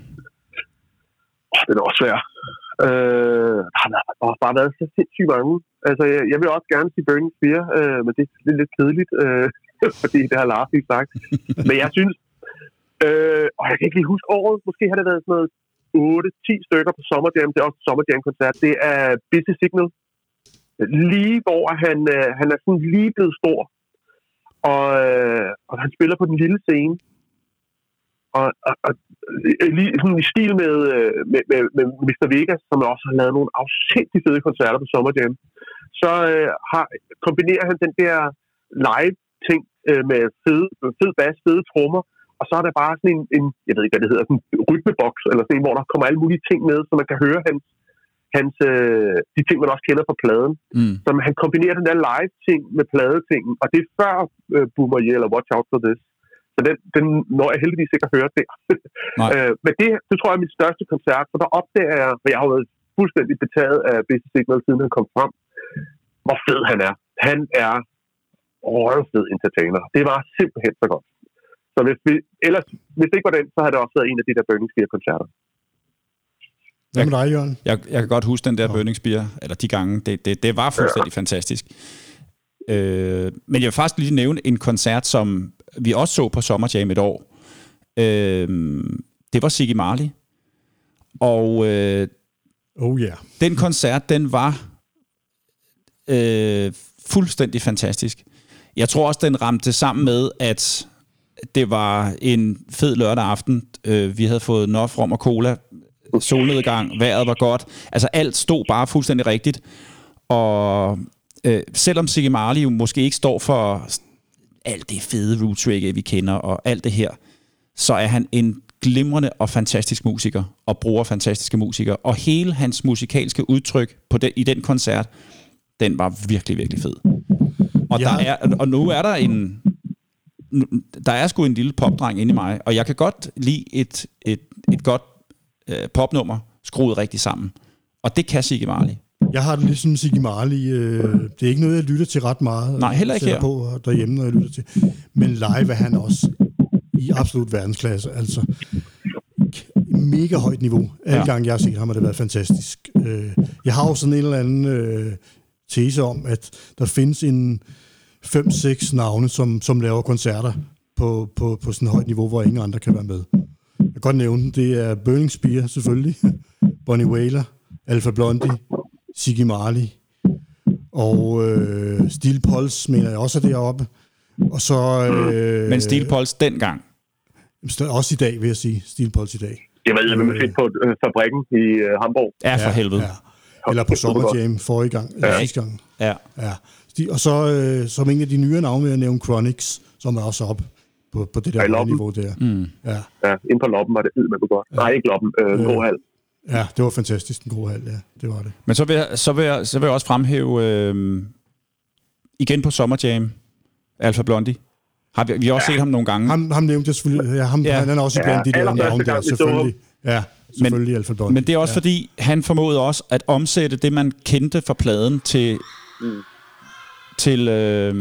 Oh, det er også svært. Øh, der har bare været så sindssygt mange. Altså, jeg, jeg vil også gerne sige Burning Spear, øh, men det, det er lidt kedeligt, øh, fordi det har Lars ikke sagt. Men jeg synes, øh, og jeg kan ikke lige huske året, måske har det været sådan noget otte ti stykker på Summer Jam, det er også Summer Jam-koncert, det er Busy Signal. Lige hvor han, øh, han er sådan lige blevet stor, og, øh, og han spiller på den lille scene, og, og, og lige sådan i stil med, med, med, med mister Vegas, som også har lavet nogle afsindigt fede koncerter på Summer Jam, så øh, har, kombinerer han den der live-ting øh, med fed, fed bass, fede trommer, og så er der bare sådan en, en, jeg ved ikke, hvad det hedder, sådan en rytmeboks, eller sådan en, hvor der kommer alle mulige ting med, så man kan høre hans, hans øh, de ting, man også kender fra pladen. Mm. Så han kombinerer den der live-ting med pladetingen, og det er før øh, Boomer Yeah eller Watch Out For This. Så den, den når jeg heldigvis ikke at høre der. øh, men det, det tror jeg er mit største koncert, for der opdager jeg, for jeg har været fuldstændig betaget af Busy Signal, siden han kom frem, hvor fed han er. Han er røvfed entertainer. Det var simpelthen så godt. Så hvis, vi, ellers, hvis det ikke var den, så har det også været en af de der Burning Spear-koncerter. Hvad med dig, Jørgen? Jeg, jeg kan godt huske den der ja. Burning Spear, eller de gange. Det, det, det var fuldstændig ja. fantastisk. Øh, men jeg vil faktisk lige nævne en koncert, som vi også så på Summer Jam et år. Øh, det var Ziggy Marley. Og øh, oh, yeah. den koncert, den var øh, fuldstændig fantastisk. Jeg tror også, den ramte sammen med, at det var en fed lørdag aften. Øh, vi havde fået Nof, rom og cola, solnedgang, vejret var godt. Altså alt stod bare fuldstændig rigtigt. Og øh, selvom Ziggy Marley jo måske ikke står for alt det fede roots reggae, vi kender, og alt det her, så er han en glimrende og fantastisk musiker, og bruger fantastiske musikere. Og hele hans musikalske udtryk på den, i den koncert, den var virkelig, virkelig fed. Og, ja. der er, og nu er der en... Der er sgu en lille popdreng inde i mig, og jeg kan godt lide et, et, et godt øh, popnummer skruet rigtig sammen. Og det kan Ziggy Marley. Jeg har det ligesom Ziggy Marley. Øh, det er ikke noget, jeg lytter til ret meget. Nej, heller ikke her. På derhjemme, når jeg lytter til. Men live er han også i absolut verdensklasse. Altså mega højt niveau. Alle ja. gange, jeg har set ham, har det været fantastisk. Øh, jeg har jo sådan en eller anden øh, tese om, at der findes en fem seks navne, som, som laver koncerter på, på, på sådan et højt niveau, hvor ingen andre kan være med. Jeg kan godt nævne den. Det er Burning Spear, selvfølgelig. Bunny Wailer, Alpha Blondy, Ziggy Marley. Og øh, Steel Pulse, mener jeg også er deroppe. Og så... Øh, Men Steel Pulse dengang? Også i dag, vil jeg sige. Steel Pulse i dag. Det var lidt øh, fedt på øh, fabrikken i øh, Hamburg. Ja, for helvede. Ja. Eller på Summer Jam forrige gang. Eller ja. sidste gang. Ja. Ja. Og så øh, som en af de nye navne vil jeg nævne Chronix, som er også op på, på det der niveau der. Mm. Ja. Ja, inde på Loppen var det ud med på godt. Ja. Nej, ikke Loppen, øh, den grå hal. Ja, det var fantastisk, den grå hal, ja, det var det. Men så vil jeg, så vil jeg, så vil jeg også fremhæve øh, igen på Summer Jam, Alpha Blondy. Har vi, vi har også ja. set ham nogle gange. Ham, ham nævnte jeg selvfølgelig. Ja, ham, ja. Han er også blandt ja, de der navne der, selvfølgelig. Ja, selvfølgelig Alpha Blondy. Men det er også ja. fordi, han formåede også at omsætte det, man kendte fra pladen til... Mm. Til, øh,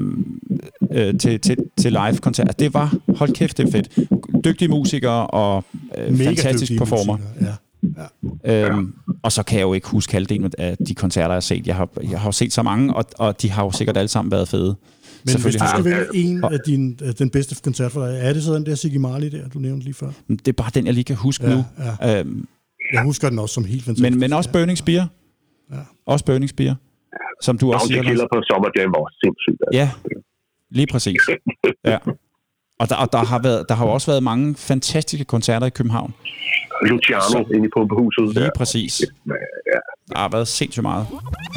øh, til, til, til live-koncerter. Det var, hold kæft, det er fedt. Dygtige musikere og øh, fantastisk performer. Ja. Ja. Øhm, Og så kan jeg jo ikke huske halvdelen af de koncerter, jeg har set. Jeg har, jeg har jo set så mange, og, og de har jo sikkert alle sammen været fede. Men hvis du skal vælge en af, din, af den bedste koncert for dig, er det så den der Ziggy Marley der, du nævnte lige før? Det er bare den, jeg lige kan huske ja, nu. Ja. Øhm, jeg husker den også som helt fantastisk. Men, men også Burning Spear. Ja. Også Burning Spear. Som du også siger. Bounty Killer på Summer Jam var også sindssygt. Altså. Ja, lige præcis. Ja. Og, der, og der, har været, der har jo også været mange fantastiske koncerter i København. Luciano så, inde i Pumpehuset. Lige præcis. Ja. Der har været sindssygt meget.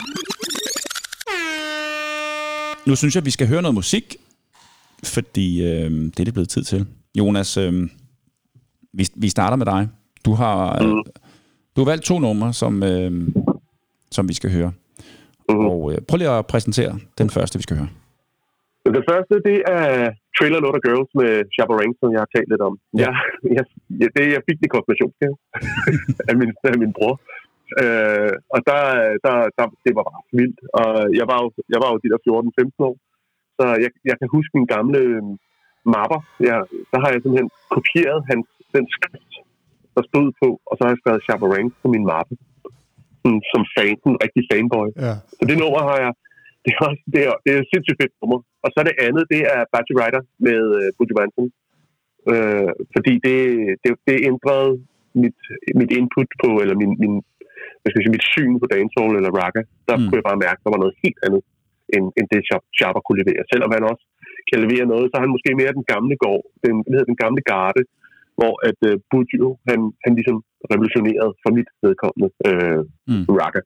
Nu synes jeg, vi skal høre noget musik, fordi øh, det er det blevet tid til. Jonas, øh, vi, vi starter med dig. Du har, øh, du har valgt to numre, som, øh, som vi skal høre. Mm-hmm. Og øh, prøv lige at præsentere den første, vi skal høre. Det første, det er Trailer Loader Girls med Shabba Ranks, som jeg har talt lidt om. Ja. Jeg, jeg, det, jeg fik det konfirmationsgave af, min, af min bror. Øh, og der, der, der, det var bare vildt. Og jeg var jo, jeg var jo de der fjorten femten år. Så jeg, jeg kan huske mine gamle mapper. Jeg, der har jeg simpelthen kopieret hans, den skrift, der stod på, og så har jeg skrevet Shabba Ranks på min mappe. Som fan, en rigtig fanboy. Ja. Så det nummer har jeg. Det er, også, det, er, det er et sindssygt fedt nummer. Og så det andet, det er Badger Rider med uh, Buju Banton. Uh, fordi det, det, det ændrede mit, mit input på, eller min, min, hvad skal jeg sige, mit syn på dancehall eller ragga. Der mm. kunne jeg bare mærke, at der var noget helt andet, end, end det Shabba kunne levere. Selvom han også kan levere noget, så er han måske mere den gamle gård, den, den gamle garde, hvor at uh, Buju, han, han ligesom revolutionerede for mit vedkommende uh, mm. ragga.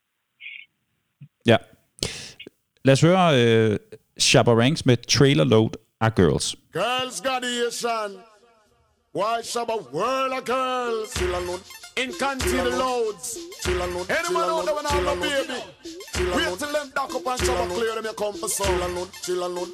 Ja. Lad os høre uh, Shabba Ranks med Trailer Load of Girls. Girls graduation. Why Shabba world of girls? Chill alone. In country the loads. Chill alone. Anyone out there when I'm a baby? Wait till them dock up and Shabba clear them you come for some. Chill alone. Chill alone.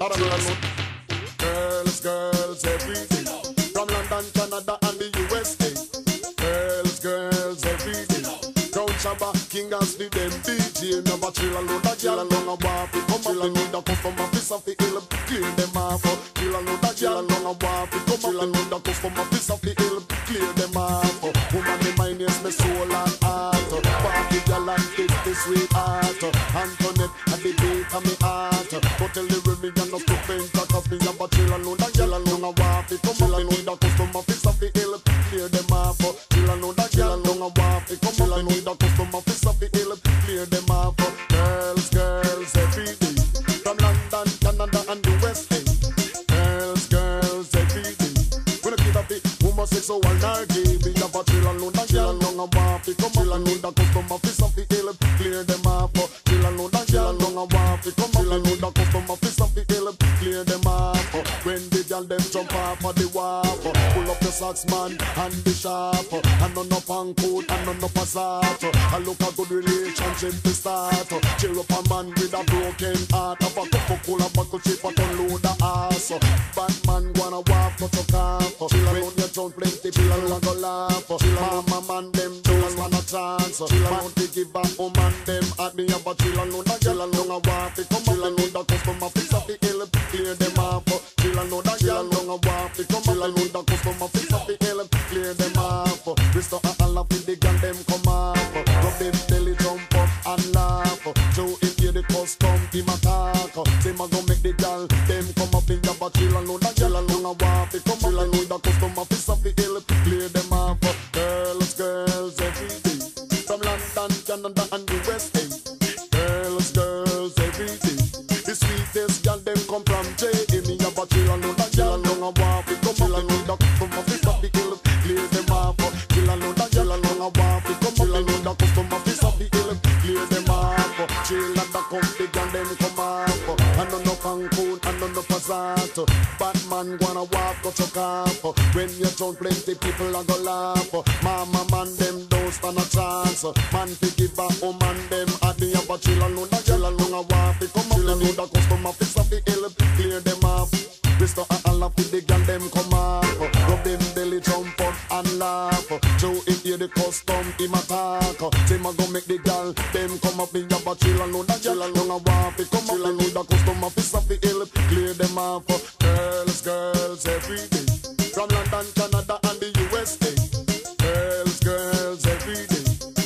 Girls, girls every day. From London, Canada and the U S A. Girls, girls every day. Crown Shabba, King and Steve, them D J. Never chill alone, that girl alone a walk. Come up, they need a customer, piece of the hill, clear them off. Chill alone, that girl alone a walk. Come up, they need a customer, piece of the hill, clear them off. Woman, the mind is my soul and heart. Party girl and fifty sweetheart. Antoinette, and the beat of me heart. But tell the rhythm, you're not stupid, cause me have a chill alone, that girl alone a walk. Come up, they need a customer, piece of the hill, clear them off. Chill alone, that girl alone a walk. Come up, they need a customer, piece of the hill, clear them off. Girls, girls, every day. From London, Canada, and the West End. Girls, girls, every day. When I keep up the homosexual nargy, we have a chill alone, that girl alone a walk. Come up, they need a customer, piece of the hill, clear them off. Chill alone, that girl alone a walk. Come up, they need a customer, piece of the hill, clear them off. When the girl them jump off of the wharf, pull up the socks man and the sharp, and none up on coat and none up a salt. I look a good relationship to start. Cheer up a man with a broken heart. Have a Coca-Cola buckle chip and unload the ass. Bad man wanna walk but you can't. Chill alone, you don't plenty people wanna go laugh. Mama man them don't want a chance. Chill alone, they give a woman them at me but chill alone, that girl alone a walk. Come up and need a customer fix up the hill, clear them off. Chill alone, that girl alone a walk. Come up and need a customer fix up the hill, clear them off. Restore a Allah for the girl them come off. Rub them belly jump up and laugh. Joe in here the custom him attack. Say ma go make the girl them come up in the but chill alone, that girl alone a walk. Come up and need a customer fix up the hill, clear them off. Girls, girls every day. From London, Canada and the West End. Girls, girls every day. The sweetest girl them come from J. Me a but chill alone, that girl alone a walk. Come up and need a customer fix up the hill, clear them off. Chill alone, that girl alone a walk. Come up and need a customer fix up the hill, clear them off. Chill and the comfy girl them come off. And none up on coat and none up a salt. Batman wanna walk got your calf. When you turn plenty people a go laugh. Mama man them don't stand a chance. Man fi give a woman them at the upper chill alone, that girl alone a walk. Come up and need a customer fix up the hill, clear them off. Restore a Allah for the girl them come off. Rub them belly jump up and laugh. Joe in here the custom him attack. Say ma go make the girl them come up in your but chill alone, that girl alone a walk. Come up and need a customer fix up the hill, clear them off. Girls, girls every day. From London, Canada and the U S A. Girls, girls every day. Couch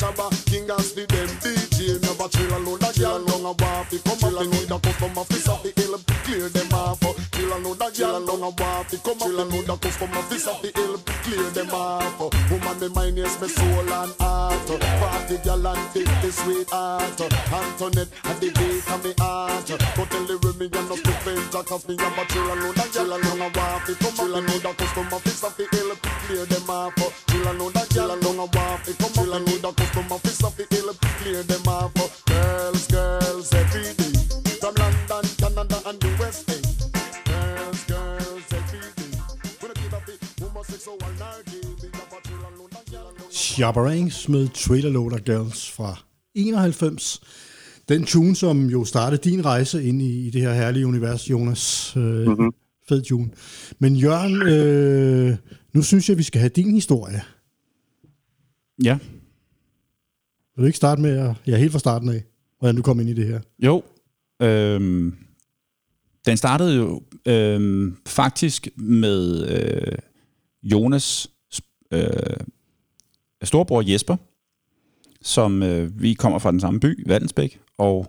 Shabba, King and the them D J. Never chill alone, that girl don't a want to come up. They need a customer fist off the hill, clear them off. Chill alone, that girl don't a want to come up. They need a customer fist off the hill, clear them off. Woman, me mind is my soul and heart. Party girl and fifty sweetheart. Antoinette and the beat of me heart. Go tell the women you're not different, cause me have a chill alone, that girl don't a want to come up. Chill alone, that customer fist off the hill, clear them off. Chill alone, that girl don't a want to come up. Chill alone, that customer fist off the hill, clear them off. Girls, girls, every day. From London, Canada and the West End. Girls, girls, every day. When I give a bit, homosexual narky. We have a chill alone, that girl don't a want. Shabba Ranks med Trailer Loader Girls fra enoghalvfems. Den tune, som jo startede din rejse ind i, i det her herlige univers, Jonas. Øh, mm-hmm. Fed tune. Men Jørgen, øh, nu synes jeg, vi skal have din historie. Ja. Vil du ikke starte med, at, ja, helt fra starten af, hvordan du kom ind i det her? Jo. Øhm, den startede jo øhm, faktisk med øh, Jonas øh, storbror Jesper, som øh, vi kommer fra den samme by, Vallensbæk, og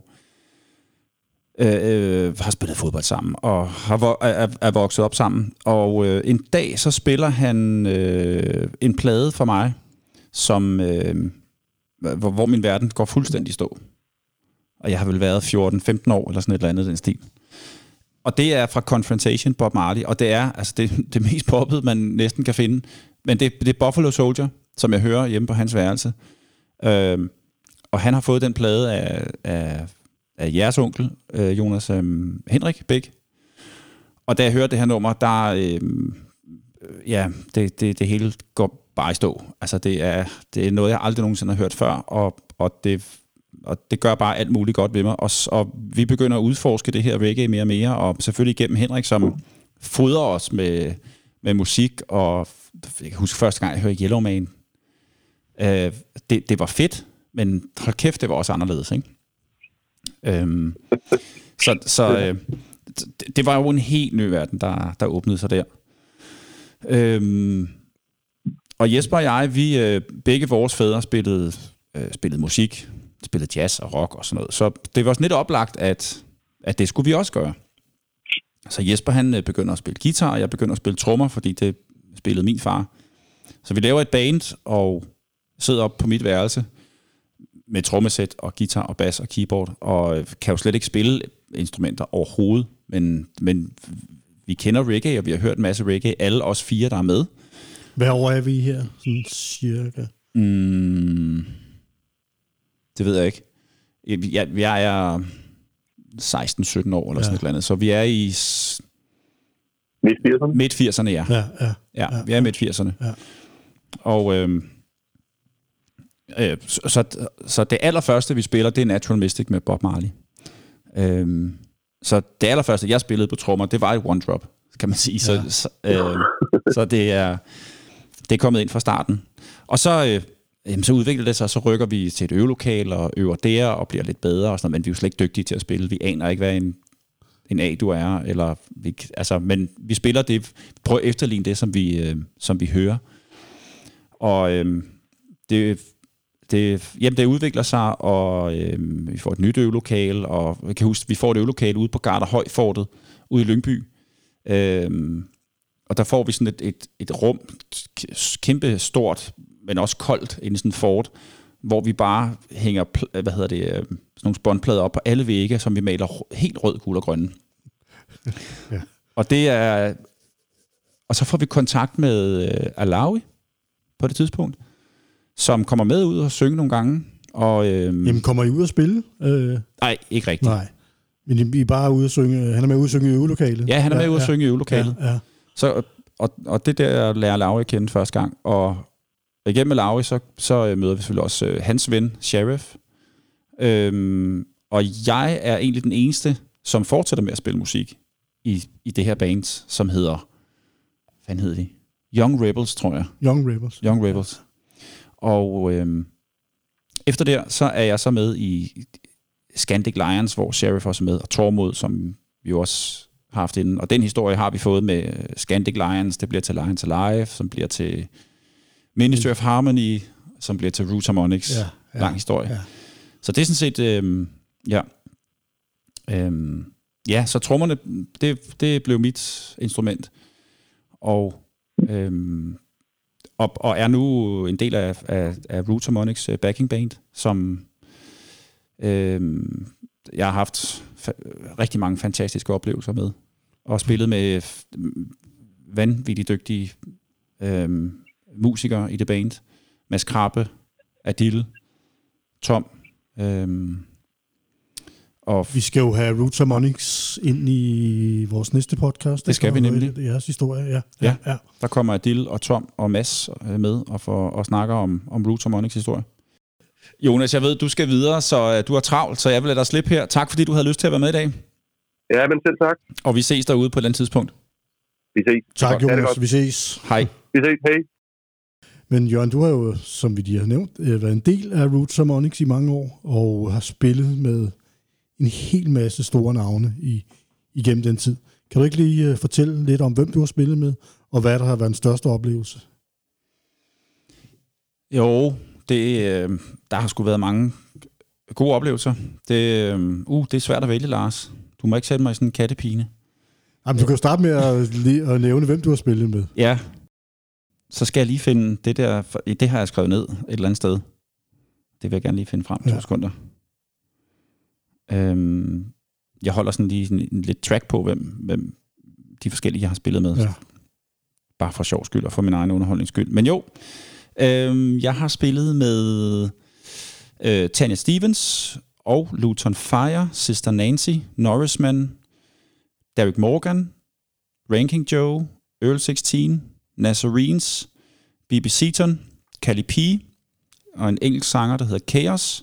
øh, øh, har spillet fodbold sammen, og har vo- er, er vokset op sammen. Og øh, en dag, så spiller han øh, en plade for mig, som, øh, hvor, hvor min verden går fuldstændig stå. Og jeg har vel været fjorten femten år, eller sådan et eller andet den stil. Og det er fra Confrontation, Bob Marley, og det er altså det, det mest poppet, man næsten kan finde. Men det, det er Buffalo Soldier, som jeg hører hjemme på hans værelse. Øh, og han har fået den plade af, af, af jeres onkel, øh, Jonas øh, Henrik Bæk. Og da jeg hørte det her nummer, der øh, ja, det, det, det hele går bare i stå. Altså det er, det er noget, jeg aldrig nogensinde har hørt før, og, og, det, og det gør bare alt muligt godt ved mig. Og, og vi begynder at udforske det her reggae mere og mere, og selvfølgelig gennem Henrik, som fodrer os med, med musik, og jeg kan huske første gang, jeg hørte Yellowman. Øh, det, det var fedt, men hold kæft, det var også anderledes, ikke? Øhm, så så øh, det, det var jo en helt ny verden, der, der åbnede sig der. Øhm, og Jesper og jeg, vi øh, begge vores fædre spillede, øh, spillede musik, spillede jazz og rock og sådan noget. Så det var sådan lidt oplagt, at, at det skulle vi også gøre. Så Jesper, han øh, begynder at spille guitar, og jeg begynder at spille trommer, fordi det spillede min far. Så vi laver et band, og sidder op på mit værelse med trommesæt og guitar og bass og keyboard, og kan jo slet ikke spille instrumenter overhovedet, men, men vi kender reggae, og vi har hørt en masse reggae, alle os fire, der er med. Hvad år er vi her, sådan cirka? Mm, det ved jeg ikke. Jeg, jeg er seksten sytten år, eller ja. sådan et eller andet, så vi er i midt firserne. midt firserne, ja. Ja, ja, ja, vi er i midt firserne. Ja. Og øhm, øh, så, så, så det allerførste, vi spiller, det er Natural Mystic med Bob Marley. Øhm, så det allerførste, jeg spillede på trommer, det var et one drop, kan man sige. Så, ja. så, øh, så det er det er kommet ind fra starten. Og så, øh, jamen, så udvikler det sig, så rykker vi til et øvelokal og øver der og bliver lidt bedre og sådan noget, men vi er jo slet ikke dygtige til at spille. Vi aner ikke, hvad en en A du er, eller vi, altså, men vi spiller det, prøver at efterligne det, som vi, øh, som vi hører. Og øh, det, det, jamen, det udvikler sig, og øh, vi får et nyt øvelokale, og jeg kan huske, vi får et øvelokale ude på Garderhøjfortet, ude i Lyngby. Øh, og der får vi sådan et, et, et rum, kæmpe stort, men også koldt, inde i sådan en fort, hvor vi bare hænger, hvad hedder det, sådan nogle spåndplader op på alle vægge, som vi maler helt rød, gul og grønne. Ja. Og det er, og så får vi kontakt med uh, Alawi på det tidspunkt, som kommer med ud og synge nogle gange. Og, øhm, Jamen, kommer I ud og spille? Øh, nej, ikke rigtigt. Nej, men I er bare ude at synge, han er med ude at synge i øvelokalet? Ja, han er med ja, ude at ja. synge i øvelokalet. Ja, ja. Så, og, og det der lærer Alawi at kende første gang, og igennem med Alawi, så, så møder vi selvfølgelig også øh, hans ven, Sheriff. Øhm, og jeg er egentlig den eneste, som fortsætter med at spille musik i, i det her band, som hedder, hvad hedder de? Young Rebels, tror jeg. Young Rebels. Young Rebels. Og øhm, efter der, så er jeg så med i Scandic Lions, hvor Sheriff også er med, og Tormod, som vi også har haft inden. Og den historie har vi fået med Scandic Lions, det bliver til Lions Alive, som bliver til Ministry of Harmony, som bliver til Root Harmonics. Ja, ja, lang historie. Ja. Så det er sådan set, øh, ja. Øh, ja, så trommerne, det, det blev mit instrument. Og, øh, og, og er nu en del af, af, af Roots Harmonics backing band, som øh, jeg har haft fa- rigtig mange fantastiske oplevelser med. Og spillet med vanvittigt dygtige øh, musikere i det band. Mads Krabbe, Adil, Tom. Øhm, og vi skal jo have Roots Harmonics ind i vores næste podcast. Det skal vi nemlig. Det er jeres historie, ja. Ja. Ja, ja. Der kommer Adil og Tom og Mads med og, for, og snakker om, om Roots Harmonics historie. Jonas, jeg ved, du skal videre, så du er travlt, så jeg vil lade dig slippe her. Tak, fordi du havde lyst til at være med i dag. Ja, men selv tak. Og vi ses derude på et eller andet tidspunkt. Vi ses. Tak, Jonas. Vi ses. Hej. Vi ses. Hej. Men Jørgen, du har jo, som vi lige har nævnt, været en del af Roots Harmonics i mange år, og har spillet med en hel masse store navne i, igennem den tid. Kan du ikke lige uh, fortælle lidt om, hvem du har spillet med, og hvad der har været den største oplevelse? Jo, det, øh, der har sgu været mange gode oplevelser. Det, øh, uh, det er svært at vælge, Lars. Du må ikke sætte mig i sådan en kattepine. Jamen, du kan jo starte med at, at nævne, hvem du har spillet med. Ja. Så skal jeg lige finde det der, det har jeg skrevet ned et eller andet sted. Det vil jeg gerne lige finde frem, to ja. sekunder. Øhm, jeg holder sådan lige sådan en lidt track på, hvem, hvem de forskellige, jeg har spillet med. Ja. Bare for sjov skyld og for min egen underholdnings skyld. Men jo, øhm, jeg har spillet med øh, Tanya Stevens og Luton Fire, Sister Nancy, Norrisman, Derek Morgan, Ranking Joe, Earl seksten, Nazarenes, B B Seaton, Cali P, og en engelsk sanger, der hedder Chaos,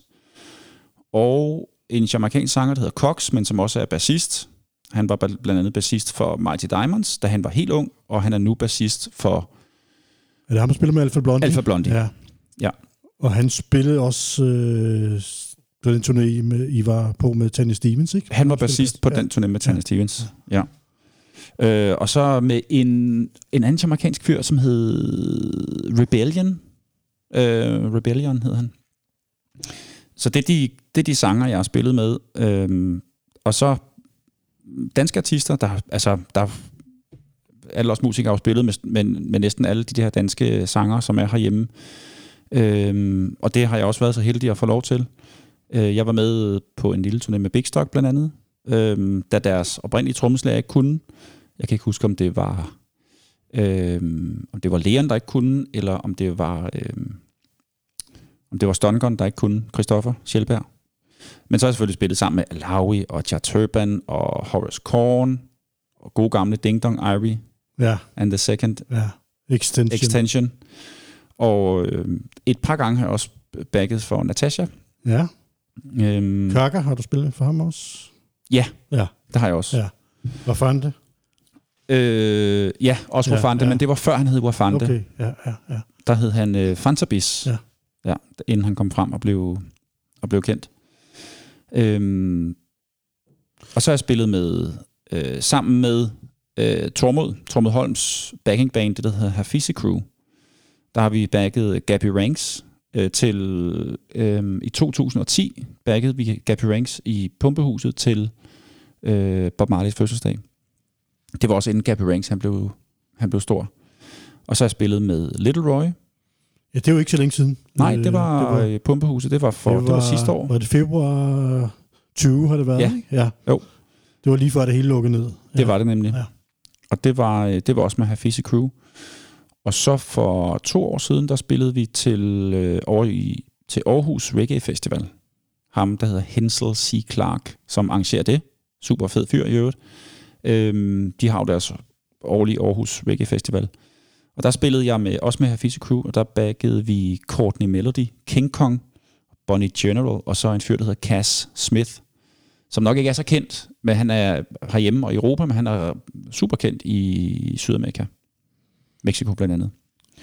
og en jamaicansk sanger, der hedder Cox, men som også er bassist. Han var blandt andet bassist for Mighty Diamonds, da han var helt ung, og han er nu bassist for... Er det ham, der spiller med Alpha Blondy? Alpha Blondy, ja. ja. Og han spillede også øh, på den turné, med, I var på med Tanya Stevens, ikke? Han var bassist på ja. den turné med Tanya ja. Stevens, ja. Øh, og så med en, en anden jamaicansk fyr, som hed Rebellion. Øh, Rebellion hed han. Så det er, de, det er de sanger, jeg har spillet med. Øh, og så danske artister, der, altså, der alle os musikere har spillet med, med, med næsten alle de her danske sanger, som er herhjemme. Øh, og det har jeg også været så heldig at få lov til. Øh, jeg var med på en lille turné med Big Stock blandt andet, øh, da deres oprindelige trommeslager ikke kunne. Jeg kan ikke huske, om det var øh, om det var Leon, der ikke kunne, eller om det var øh, om det var Stongun, der ikke kunne, Christoffer Sjælberg. Men så har jeg selvfølgelig spillet sammen med Alawi og Jar Turban og Horace Korn og gode gamle Ding Dong Irie ja. and the Second ja. Extension. Extension. Og øh, et par gange har jeg også backet for Natasha. Ja. Øhm, Kørker, har du spillet for ham også? Ja, ja. det har jeg også. Ja. Wafande? Øh, ja, også ja, Wafande, ja. Men det var før han hed Wafande. Okay, ja, ja, ja. Der hed han øh, Fantabis, ja. Ja, inden han kom frem og blev, og blev kendt. Øhm, og så har jeg spillet med, øh, sammen med øh, Tormod, Tormod Holms backing band, det der hedder Hafisi Crew. Der har vi backet Gabby Ranks øh, til, øh, i to tusind og ti backede vi Gabby Ranks i Pumpehuset til øh, Bob Marleys fødselsdag. Det var også inden Gabby Ranks, han blev, han blev stor. Og så har jeg spillet med Little Roy. Ja, det var ikke så længe siden. Nej, det var, det var Pumpehuset, det var, for, det var, det var sidste år. Var det februar tyve, har det været? Ja. Ikke? Ja. Jo. Det var lige før det hele lukkede ned. Ja. Det var det nemlig. Ja. Og det var, det var også med Hafisi Crew. Og så for to år siden, der spillede vi til, øh, over i, til Aarhus Reggae Festival. Ham, der hedder Hensel C. Clark, som arrangerer det. Super fed fyr i øvrigt. Øhm, de har jo deres årlige Aarhus Reggae Festival. Og der spillede jeg med, også med Hafisi Crew, og der baggede vi Courtney Melody, King Kong, Bonnie General, og så en fyr, der hedder Cass Smith, som nok ikke er så kendt, men han er herhjemme og i Europa, men han er super kendt i Sydamerika. Mexico blandt andet.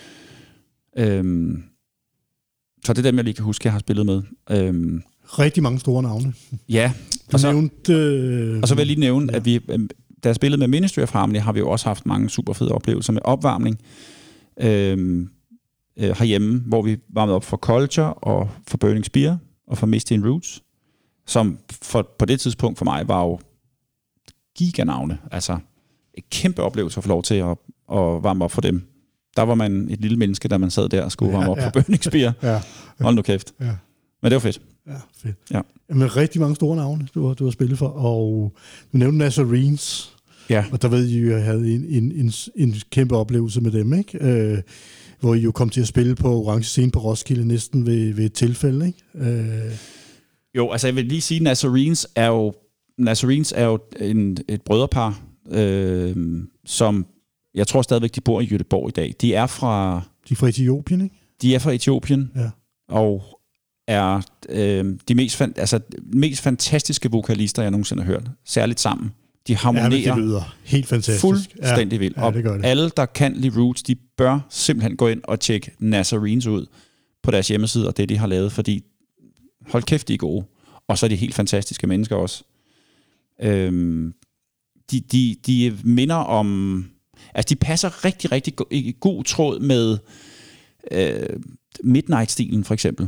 Øhm, så det er dem, jeg lige kan huske, jeg har spillet med. Øhm, Rigtig mange store navne. Ja. Og så, nævnte, øh, og så vil jeg lige nævne, ja. at vi, da jeg spillede med Ministry of Harmony, har vi jo også haft mange super fede oplevelser med opvarmning. Øhm, øh, herhjemme, hvor vi varmede op for Culture og for Burning Spear og for Misty and Roots, som for, på det tidspunkt for mig var jo giganavne. Altså et kæmpe oplevelse at få lov til at, at varme op for dem. Der var man et lille menneske, da man sad der og skulle varme ja, op ja. for Burning Spear. ja, ja. Hold nu kæft. Ja. Men det var fedt. Ja, fedt. Ja. Jamen, rigtig mange store navne, du har, du har spillet for, og du nævnte Nazarenes, ja. og der ved I jo, at I havde en, en, en, en kæmpe oplevelse med dem, ikke? Øh, hvor I jo kom til at spille på Orange Scene på Roskilde næsten ved, ved et tilfælde, ikke? Øh. Jo, altså jeg vil lige sige, at Nazarenes er jo, Nazarenes er jo en, et brødrepar, øh, som jeg tror stadigvæk, de bor i Göteborg i dag. De er fra... De er fra Etiopien, ikke? De er fra Etiopien, ja. og er øh, de mest, fan, altså, mest fantastiske vokalister, jeg nogensinde har hørt. Særligt sammen. De harmonerer ja, det lyder helt fantastisk. Fuldstændig vildt. Ja, det og alle, der kan lide Roots, de bør simpelthen gå ind og tjekke Nazarenes ud på deres hjemmeside, og det, de har lavet, fordi hold kæft, de er gode. Og så er de helt fantastiske mennesker også. Øhm, de, de, de minder om... Altså, de passer rigtig, rigtig go- i god tråd med øh, Midnight-stilen, for eksempel.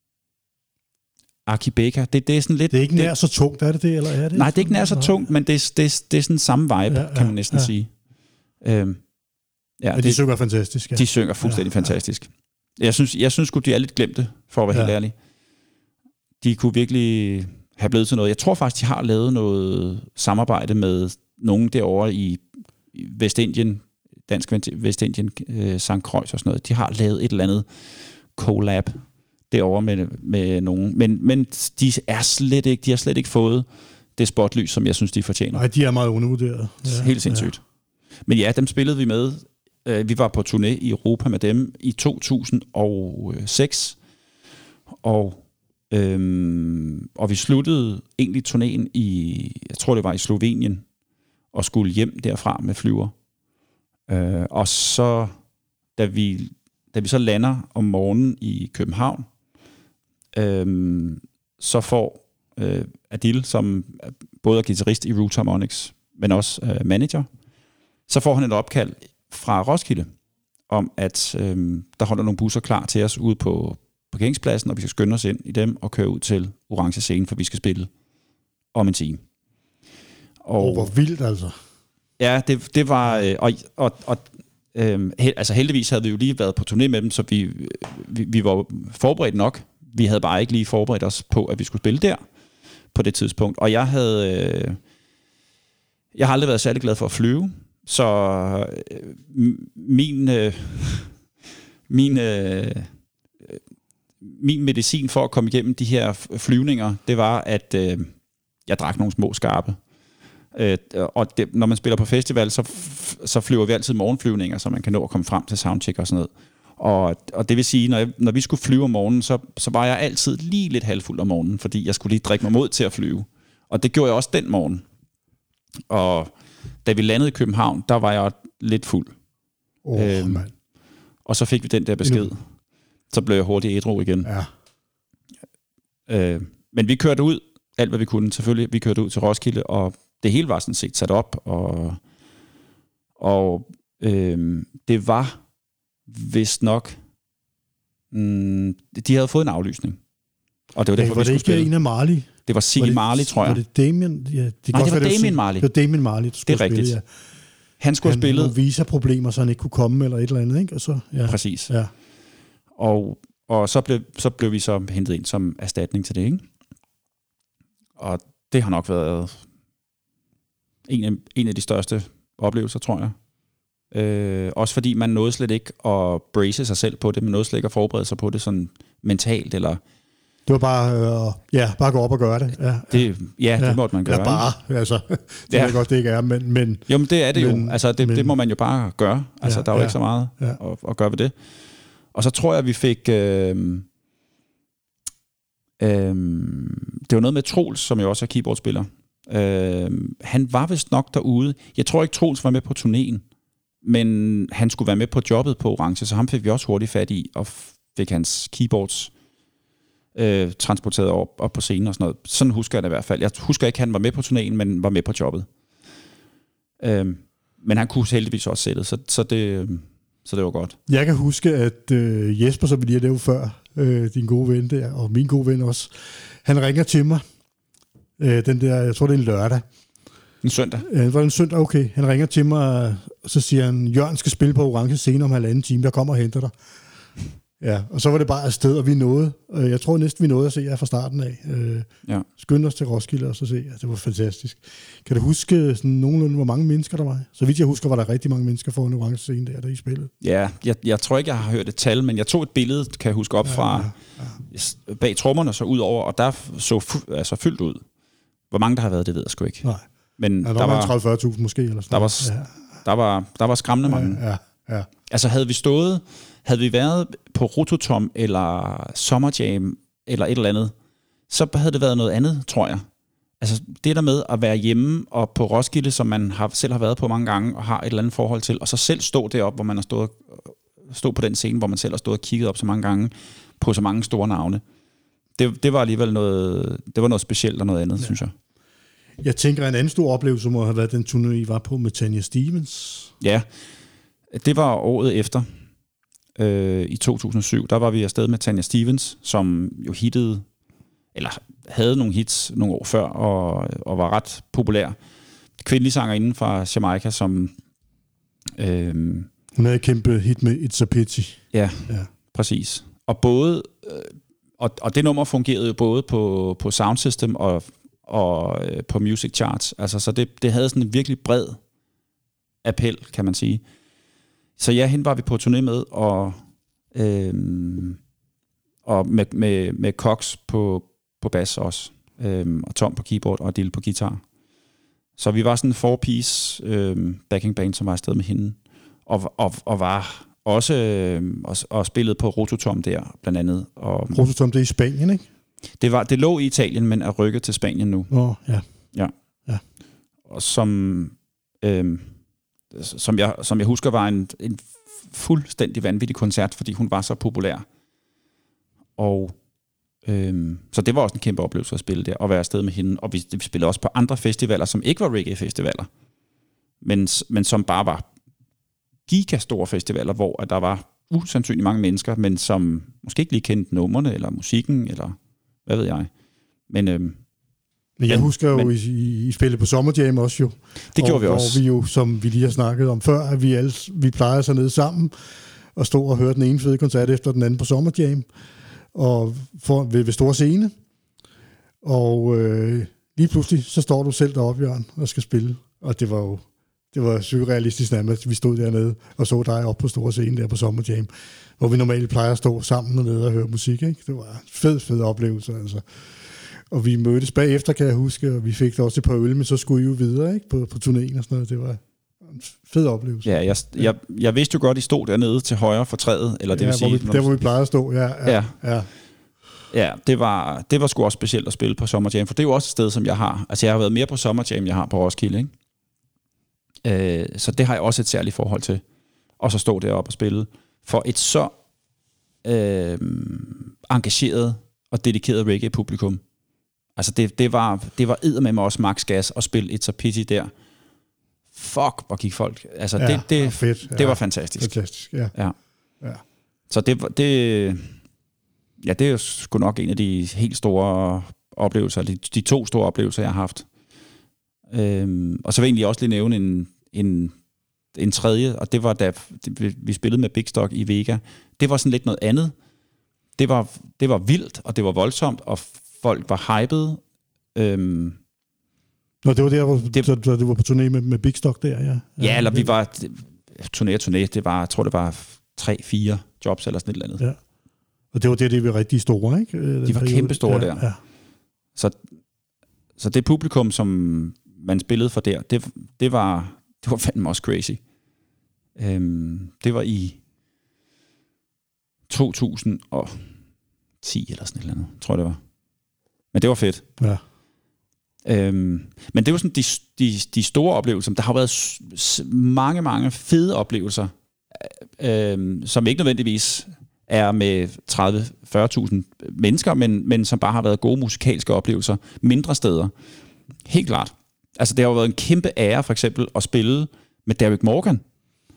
Akibeka, det, det er sådan lidt... Det er ikke nær så tungt, er det det, eller er det? Nej, det er ikke nær så tungt, men det, det, det er sådan samme vibe, ja, ja, kan man næsten ja. sige. Øhm, ja, ja, de det, synger fantastisk. Ja. De synger fuldstændig ja, ja. fantastisk. Jeg synes, jeg synes godt de er lidt glemte, for at være ja. helt ærlig. De kunne virkelig have blevet til noget. Jeg tror faktisk, de har lavet noget samarbejde med nogen derovre i Vestindien, Dansk Vestindien, øh, Sankt Croix og sådan noget. De har lavet et eller andet collab derovre med, med nogen. Men, men de er slet ikke, de har slet ikke fået det spotlys, som jeg synes, de fortjener. Nej, de er meget undervurderet. Ja, helt sindssygt. Ja. Men ja, dem spillede vi med. Vi var på turné i Europa med dem i to tusind og seks. Og, øhm, og vi sluttede egentlig turnéen i, jeg tror det var i Slovenien, og skulle hjem derfra med flyver. Øh, og så, da vi, da vi så lander om morgenen i København, øh, så får øh, Adil, som både er guitarist i Root Harmonics, men også øh, manager, så får han et opkald fra Roskilde, om at øh, der holder nogle busser klar til os ude på parkeringspladsen, og vi skal skynde os ind i dem og køre ud til Orange Scene, for vi skal spille om en time. Og oh, hvor vildt altså. Ja, det, det var... Øh, og, og, og øh, he, altså heldigvis havde vi jo lige været på turné med dem, så vi, vi, vi var forberedt nok. Vi havde bare ikke lige forberedt os på, at vi skulle spille der på det tidspunkt. Og jeg havde... Øh, jeg har aldrig været særlig glad for at flyve, så øh, min... Øh, min... Øh, min medicin for at komme igennem de her flyvninger, det var, at øh, jeg drak nogle små skarpe. Øh, og det, når man spiller på festival, så, f- så flyver vi altid morgenflyvninger, så man kan nå at komme frem til soundcheck og sådan noget. Og, og det vil sige, når, jeg, når vi skulle flyve om morgenen, så, så var jeg altid lige lidt halvfuld om morgenen, fordi jeg skulle lige drikke mig mod til at flyve. Og det gjorde jeg også den morgen. Og da vi landede i København, der var jeg lidt fuld. Oh, øhm, og så fik vi den der besked. Så blev jeg hurtigt ædru igen. Ja. Øh, men vi kørte ud, alt hvad vi kunne selvfølgelig. Vi kørte ud til Roskilde, og det hele var sådan set sat op. Og, og øh, det var vist nok... Mm, de havde fået en aflysning. Og det var derfor, ja, var vi skulle spille. Var det ikke en af Marley? Det var Sigge Marley, tror jeg. Var det Damien? Ja, det Nej, det var Damien Marley. Det var Damien Marley, der skulle det er spille, rigtigt. Ja. Han skulle have spillet... Han havde visa-problemer, så han ikke kunne komme, eller et eller andet, ikke? Og så, ja. Præcis. Ja. Og, og så, blev, så blev vi så hentet ind som erstatning til det, ikke? Og det har nok været en af, en af de største oplevelser, tror jeg. Øh, også fordi man nåede slet ikke at brace sig selv på det, man nåede slet ikke at forberede sig på det sådan mentalt, eller... Det var bare, øh, ja, bare gå op og gøre det. Ja, det, ja, ja det måtte man gøre. Ja, bare, ikke? Altså, det ja. er godt, det ikke er, men... men jo, men det er det men, jo. Altså, det, men, det må man jo bare gøre. Altså, ja, der er jo ja, ikke så meget ja. at, at gøre ved det. Og så tror jeg, at vi fik... Øh, øh, det var noget med Troels, som jo også er keyboardspiller. Øh, han var vist nok derude. Jeg tror ikke, Troels var med på turnéen, men han skulle være med på jobbet på Orange, så ham fik vi også hurtigt fat i, og fik hans keyboards øh, transporteret op, op på scenen og sådan noget. Sådan husker jeg det i hvert fald. Jeg husker ikke, at han var med på turnéen, men var med på jobbet. Øh, men han kunne heldigvis også sætte, så, så det, så det var godt. Jeg kan huske, at øh, Jesper, som vi lige har lavet før, øh, din gode ven der, og min gode ven også, han ringer til mig, øh, den der, jeg tror det er en lørdag. En søndag? Ja, det var en søndag, okay. Han ringer til mig, og så siger han, Jørgen skal spille på Orange Scene om halvanden time, der kommer og henter dig. Ja, og så var det bare afsted, og vi nåede. Jeg tror næsten, vi nåede at se jer fra starten af. Øh, ja. Skyndte os til Roskilde og så se, ja, det var fantastisk. Kan du huske sådan nogenlunde, hvor mange mennesker der var? Så vidt jeg husker, var der rigtig mange mennesker foran Orange Scene der, der I spillede. Ja, jeg, jeg tror ikke, jeg har hørt et tal, men jeg tog et billede, kan jeg huske, op ja, fra ja, ja. bag trommerne så ud over, og der så fu- altså fyldt ud. Hvor mange der har været, det ved jeg sgu ikke. Nej. Men ja, der, der var var tredive til fyrre tusind måske. Eller sådan der, var, ja. der, var, der var skræmmende mange. Ja, ja, ja. Altså havde vi stået, havde vi været på Rototom eller Summer Jam eller et eller andet, så havde det været noget andet, tror jeg. Altså det der med at være hjemme og på Roskilde, som man har, selv har været på mange gange og har et eller andet forhold til, og så selv stå deroppe, hvor man har stået, stå på den scene, hvor man selv har stået og kigget op så mange gange på så mange store navne. Det, det var alligevel noget, det var noget specielt og noget andet, ja. Synes jeg. Jeg tænker, en anden stor oplevelse må have været den turné, I var på med Tanya Stephens. Ja, det var året efter, øh, i to tusind og syv. Der var vi afsted med Tanya Stephens, som jo hittede, eller havde nogle hits nogle år før, og, og var ret populær. Kvindelig sangerinde fra Jamaica, som... Øh, Hun havde et kæmpe hit med It's a Pity. Ja, ja. Præcis. Og både... Øh, og, og det nummer fungerede jo både på, på Sound System og... og øh, på Music Charts. Altså, så det, det havde sådan en virkelig bred appel, kan man sige. Så ja, hende var vi på turné med, og, øh, og med, med, med Cox på, på bas også, øh, og Tom på keyboard, og Dille på guitar. Så vi var sådan en four-piece øh, backing band, som var afsted med hende, og, og, og var også øh, og, og spillede på Rototom der, blandt andet. Og, Rototom, det er i Spanien, ikke? Det, var, det lå i Italien, men er rykket til Spanien nu. Åh, oh, ja. Ja. ja. Og som, øhm, som, jeg, som jeg husker, var en, en fuldstændig vanvittig koncert, fordi hun var så populær. Og øhm, så det var også en kæmpe oplevelse at spille der, og være afsted med hende. Og vi, vi spillede også på andre festivaler, som ikke var reggae-festivaler, men, men som bare var gigastore festivaler, hvor der var usandsynligt mange mennesker, men som måske ikke lige kendte numrene, eller musikken, eller hvad ved jeg. Men, øhm, men jeg men, husker jo, men, I, I spillede på Summer Jam også jo. Det og, gjorde vi også. Og vi jo, som vi lige har snakket om før, at vi, alle, vi plejer så ned sammen og stå og høre den ene fede koncert efter den anden på Summer Jam og for, ved, ved store scene. Og øh, lige pludselig, så står du selv deroppe, Jørgen, og skal spille. Og det var jo det var surrealistisk nærmest. Vi stod dernede og så dig op på store scene der på Summer Jam, hvor vi normalt plejer at stå sammen dernede og høre musik, ikke? Det var en fed, fed oplevelse, altså. Og vi mødtes bagefter, kan jeg huske, og vi fik da også et par øl, men så skulle I jo videre, ikke? På, på turnéen og sådan noget. Det var en fed oplevelse. Ja, jeg, jeg, jeg vidste jo godt, I stod dernede til højre for træet, eller det ja, vil sige... Vi, der, hvor vi plejede at stå, ja. Ja, ja. ja. ja det, var, det var sgu også specielt at spille på Summer Jam, for det er jo også et sted, som jeg har. Altså, jeg har været mere på Summer Jam, jeg har på Roskilde, ikke? Øh, så det har jeg også et særligt forhold til. Og så stå deroppe og spille for et så øh, engageret og dedikeret reggae-publikum. Altså det, det var det var eddermame også max gas at spille It's a Pity der. Fuck, hvor gik folk. Altså ja, det, det, fedt. det ja, var fantastisk. Fantastisk, ja. ja. ja. Så det, det, ja, det er jo sgu nok en af de helt store oplevelser, de, de to store oplevelser, jeg har haft. Øhm, og så vil jeg egentlig også lige nævne en, en, en tredje, og det var da vi spillede med Big Stock i Vega. Det var sådan lidt noget andet. Det var, det var vildt, og det var voldsomt, og folk var hyped. Øhm, Nå, det var der, hvor det, så, det var på turné med, med Big Stock der, ja. Ja, ja eller vi var turné og turné, det var, jeg tror det var tre, fire jobs eller sådan et eller andet. Ja. Og det var det, det var rigtig store, ikke? Den de var periode. kæmpe store ja, der. Ja. Så, så det publikum, som man spillede for der, det, det var det var fandme også crazy. Øhm, det var i to tusind og ti eller sådan et eller andet, tror jeg det var. Men det var fedt. Ja. Øhm, men det var sådan de, de, de store oplevelser. Der har været s- mange, mange fede oplevelser, øhm, som ikke nødvendigvis er med tredive til fyrre tusind mennesker, men, men som bare har været gode musikalske oplevelser mindre steder. Helt klart. Altså det har jo været en kæmpe ære for eksempel at spille med Derek Morgan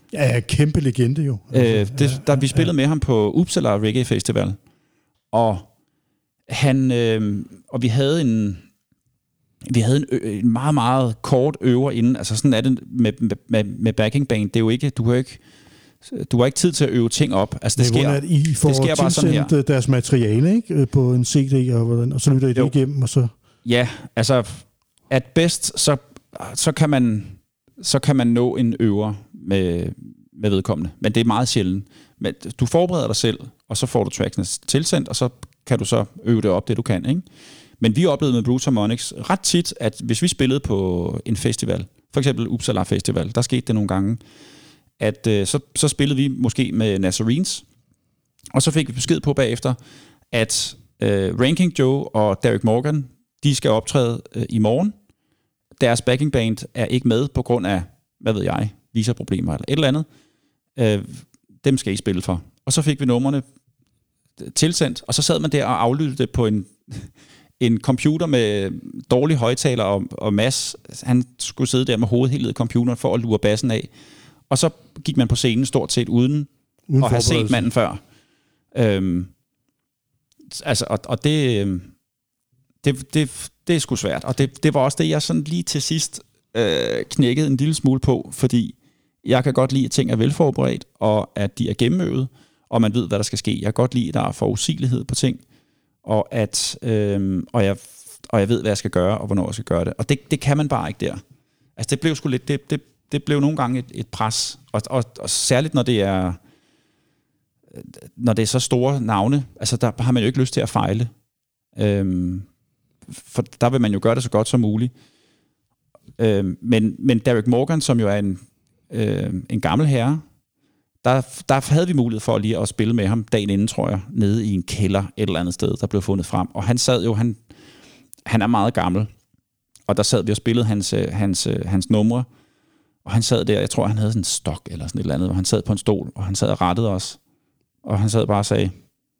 Ja, kæmpe legende jo. Øh, det, der, vi spillede ja. med ham på Uppsala Reggae Festival, og han øh, og vi havde en vi havde en, ø, en meget meget kort øver inden. Altså sådan er det med med, med backing band. Det er jo ikke du har ikke du har ikke tid til at øve ting op. Altså det, det sker. At I får det sker bare sådan her. Deres materiale, ikke, på en C D og hvordan, og så lytter I det igennem og så. Ja, altså at bedst så så kan man så kan man nå en øver med med vedkommende, men det er meget sjældent. Men du forbereder dig selv, og så får du tracksene tilsendt, og så kan du så øve det op, det du kan, ikke? Men vi oplevede med Blues Harmonics ret tit, at hvis vi spillede på en festival, for eksempel Uppsala Festival, der skete det nogle gange, at øh, så, så spillede vi måske med Nazarenes, og så fik vi besked på bagefter, at øh, Ranking Joe og Derek Morgan, de skal optræde øh, i morgen. Deres backing band er ikke med på grund af, hvad ved jeg, visaproblemer eller et eller andet. Øh, dem skal I spille for. Og så fik vi numrene tilsendt, og så sad man der og aflyttede det på en, en computer med dårlige højtaler, og, og Mads, han skulle sidde der med hovedet helt ned i computeren for at lure bassen af. Og så gik man på scenen stort set uden, uden at have set manden før. Øhm, altså, og, og det, det, det, det er sgu svært. Og det, det var også det, jeg sådan lige til sidst øh, knækkede en lille smule på, fordi jeg kan godt lide, at ting er velforberedt, og at de er gennemøvet, og man ved, hvad der skal ske. Jeg kan godt lide, at der er forudsigelighed på ting, og at øh, og, jeg, og jeg ved, hvad jeg skal gøre, og hvornår jeg skal gøre det. Og det, det kan man bare ikke der. Altså, det blev sgu lidt... Det, det, det blev nogle gange et, et pres, og, og, og særligt når det er når det er så store navne, altså der har man jo ikke lyst til at fejle. Øhm, for der vil man jo gøre det så godt som muligt. Øhm, men, men Derek Morgan, som jo er en, øh, en gammel herre, der, der havde vi mulighed for lige at spille med ham dagen inden, tror jeg, nede i en kælder et eller andet sted, der blev fundet frem. Og han sad jo, han, han er meget gammel, og der sad vi og spillede hans, hans, hans numre, og han sad der, jeg tror, han havde sådan en stok eller sådan et eller andet, og han sad på en stol, og han sad og rettede os. Og han sad bare og sagde,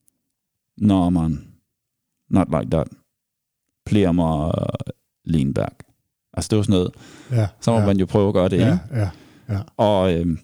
no man, not like that. Play more lean back. Altså det var sådan noget. Ja, så må ja. man jo prøve at gøre det, ja, ikke? Ja, ja. Og, øhm,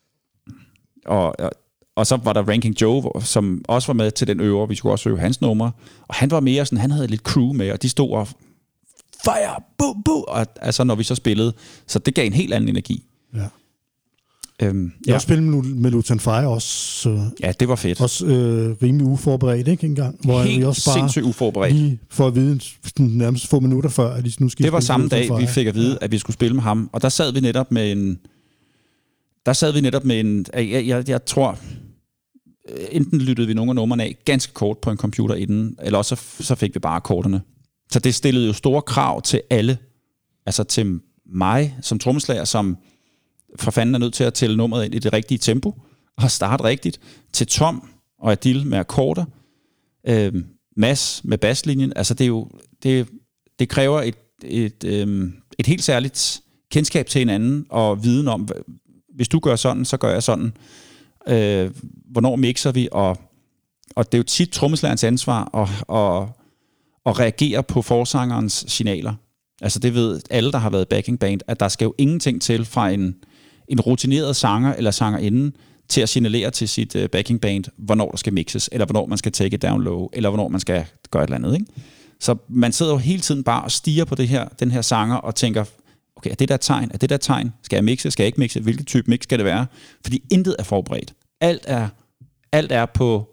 og, og, og så var der Ranking Joe, som også var med til den øver. Vi skulle også øve hans numre. Og han var mere sådan, han havde lidt crew med, og de stod og fire, boom, boom, og altså når vi så spillede, så det gav en helt anden energi. Ja. Øhm, jeg ja. har spillet med, med Lutan Fire også. Så ja, det var fedt. Også øh, rimelig uforberedt, ikke engang? Hvor helt vi også bare sindssygt uforberedt. Lige for at vide nærmest få minutter før, at de nu skal. Det var samme dag, vi fik at vide, ja. at vi skulle spille med ham, og der sad vi netop med en. Der sad vi netop med en. Jeg, jeg, jeg tror, enten lyttede vi nogle af numrene af ganske kort på en computer inden, eller også så, så fik vi bare akkorderne. Så det stillede jo store krav til alle. Altså til mig som trommeslager, som for fanden er nødt til at tælle nummeret ind i det rigtige tempo, og starte rigtigt. Til Tom og Adil med akkorder. Øh, Mads med basslinjen. Altså det er jo, det, det kræver et, et, øh, et helt særligt kendskab til hinanden, og viden om, hvis du gør sådan, så gør jeg sådan. Øh, hvornår mixer vi, og, og det er jo tit trommeslagerens ansvar at, at, at reagere på forsangerens signaler. Altså det ved alle, der har været backing band, at der skal jo ingenting til fra en, en rutineret sanger eller sangerinde til at signalere til sit uh, backing band, hvornår der skal mixes, eller hvornår man skal take it down low, eller hvornår man skal gøre et eller andet, ikke? Så man sidder jo hele tiden bare og stiger på det her, den her sanger og tænker, okay, er det der tegn? Er det der tegn? Skal jeg mixe? Skal jeg ikke mixe? Hvilket type mix skal det være? Fordi intet er forberedt. Alt er, alt er på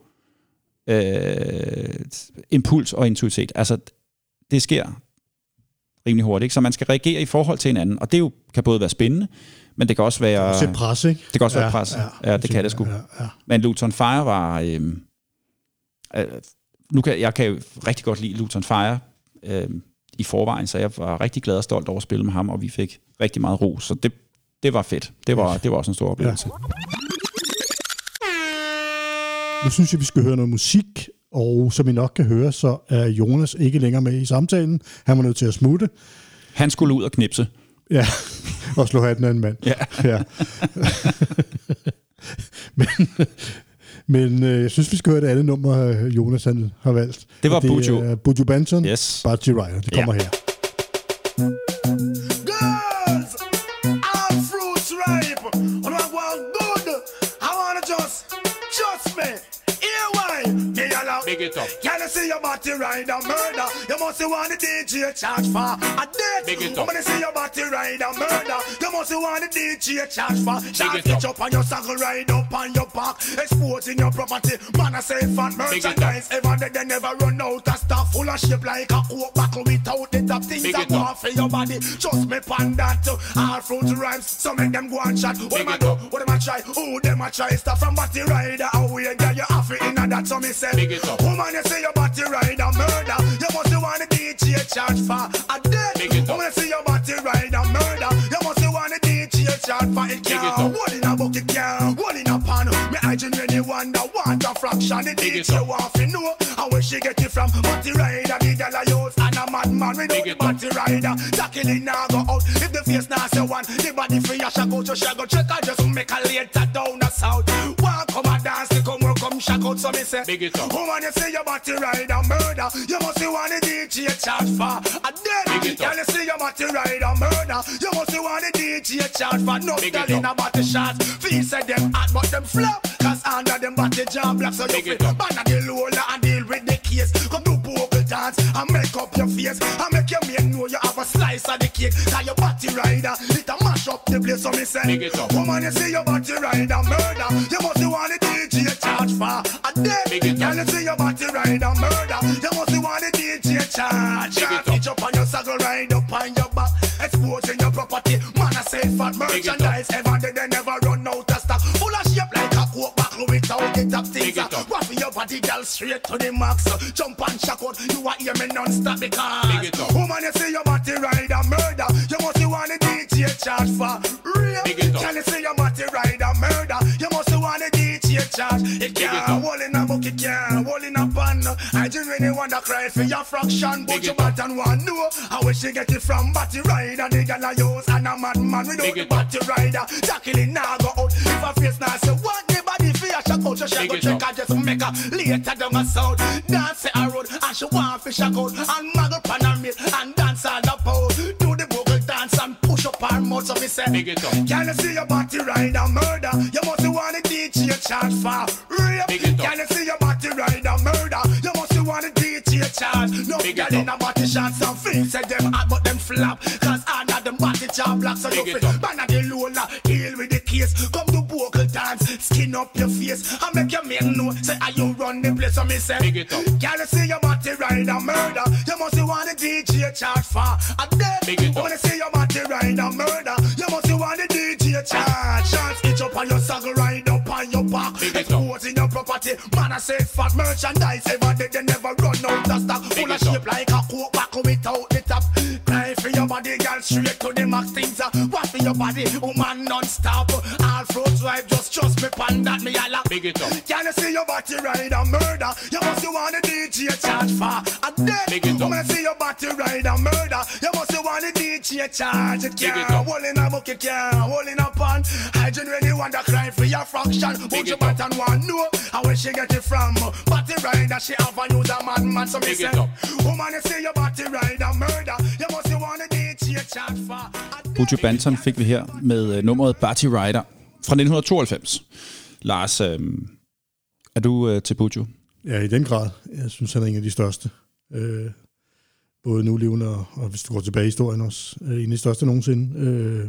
øh, impuls og intuitet. Altså, det sker rimelig hurtigt, ikke? Så man skal reagere i forhold til hinanden, og det jo kan både være spændende, men det kan også være... Det er pres, ikke? Det kan også ja, være pres. Ja, ja, ja det kan det sgu. Ja, ja. Men Luton Fire var... Øh, øh, nu kan jeg kan jo rigtig godt lide Luton Fire øh, i forvejen, så jeg var rigtig glad og stolt over at spille med ham, og vi fik rigtig meget ro, så det, det var fedt. Det var, det var også en stor oplevelse. Ja. Nu synes jeg, vi skal høre noget musik, og som I nok kan høre, så er Jonas ikke længere med i samtalen. Han var nødt til at smutte. Han skulle ud og knipse. Ja, og slå hatten af en mand. Ja. ja. men men øh, jeg synes, vi skal høre det alle numre, Jonas han har valgt. Det var Buju. Det er Buju Banton, yes. Budgie Rider. Det kommer ja. her. Girls, all fruits ripe. And I want me. Here why? Me allow. Big it up. Can you see your body ride a murder? You must want the D J charge for a death. Big it up. When you see your body ride a murder, you must want the D J charge for. Shot it up on your saddle, ride up on your back, exposing your property. Man, I say fat merchandise. Ever they, they never run out of stuff full of shape like a coke buckle without the top things that go off for your body. Trust me, pan that. All fruit rhymes, so make them go and chat. What am I do? What am I try? Who them I try? Stuff from body rider away, girl, you have it in that. So me say, woman, you say your body ride a murder. You must want the D J charge for a death. Woman, you say your body ride a murder. You must want the D J charge for it. Can't hold in a bucket, can't hold in a pan. Me I genuinely wonder what a fraction the D J want to know. And where she get it from? Body rider, the girl I use, and a madman without the body rider. Tackling now go out. If the face now say one, the body free, I shall go to shall go check. I just make a later down the south. One come and dance, they come will come shack out. So me say, big it up. woman, you say your body ride a murder. You must want the D J charge for a dead. Can you see your body ride a murder? You must want the D J charge for no girl in a body shots. Feel say them hot but them flop. Cause under them body jam black. So you feel ban the lola and deal with the case. Come do vocal dance and make up your face. And make your man know you have a slice of the cake. Cause your body rider, it a mash up the place. So me say, woman, you see your body ride a murder. You must want the D J charge for a dead. Can you see your body ride a murder? You must want the D J charge. Reach up on your saddle, ride up on your back, exposing your property. Man, I say fat merchandise. Ever they, they never run out of stock. Full of shape like a coke buckle without the top things. Waffle your body, girl, straight to the max. Jump and shock out, you are hear me non-stop because woman, you see your body ride a murder. You must want the D J charge for real. Can you see your body ride a murder? You must want the D J charge. It can't hold in a book, it can't hold in a pan. I just really want to cry for your fraction, but your button want know how where she get it from. Body rider, the girl I use, and a madman without the body rider. Jacqueline now go out. If a face now say what the body fear, she go to she go check. I just make her later down a sound. Dance a road, and she want fish a coat and muggle pan her meat and dance all the pole. Do the vocal dance and push up her mouth. So me say, can you see your body rider murder? You must want the D J charge for rape. Can you see your body rider murder? You must want the D J charge. No girl in a body shots and things say them hot but them flap. Cause under them body job black. So you feel man of the Lola, deal with the case. Come to vocal dance, skin up your face and make your men know. Say how you run the place. So me say, can you see your body rider murder? You must want the D J charge for a dead. When you see your body rider murder, you must want the D J charge. Chance itch up on your saddle, ride up on your back, exposing your property. Man, I say fat merchandise. Ever they, they never run out of stock. Full of shape like a coke buckle without the top. Cry for your body, girl, straight to the max things. What for your body, woman non-stop. All fruits wife, just trust me, pan that me a lock. Big it up. Can you see your body ride a murder? You must want the D J charge for a death. When you see your body ride a murder, you must want the D J charge. It can't hold in a book, it can't hold in a pan. I genuinely want to cry for your fraction. But your button want know how where she get it from. Body rider, she have a use a madman. So me say, woman, you see your body ride a murder. You must want the D J charge for. Buju Banton fik vi her med nummeret Body Rider fra nitten tooghalvfems. Lars, øh, er du øh, til Buju? Ja, i den grad. Jeg synes, han er en af de største. Øh, både nu levende og, og hvis du går tilbage i historien også. Øh, en af de største nogensinde. Øh,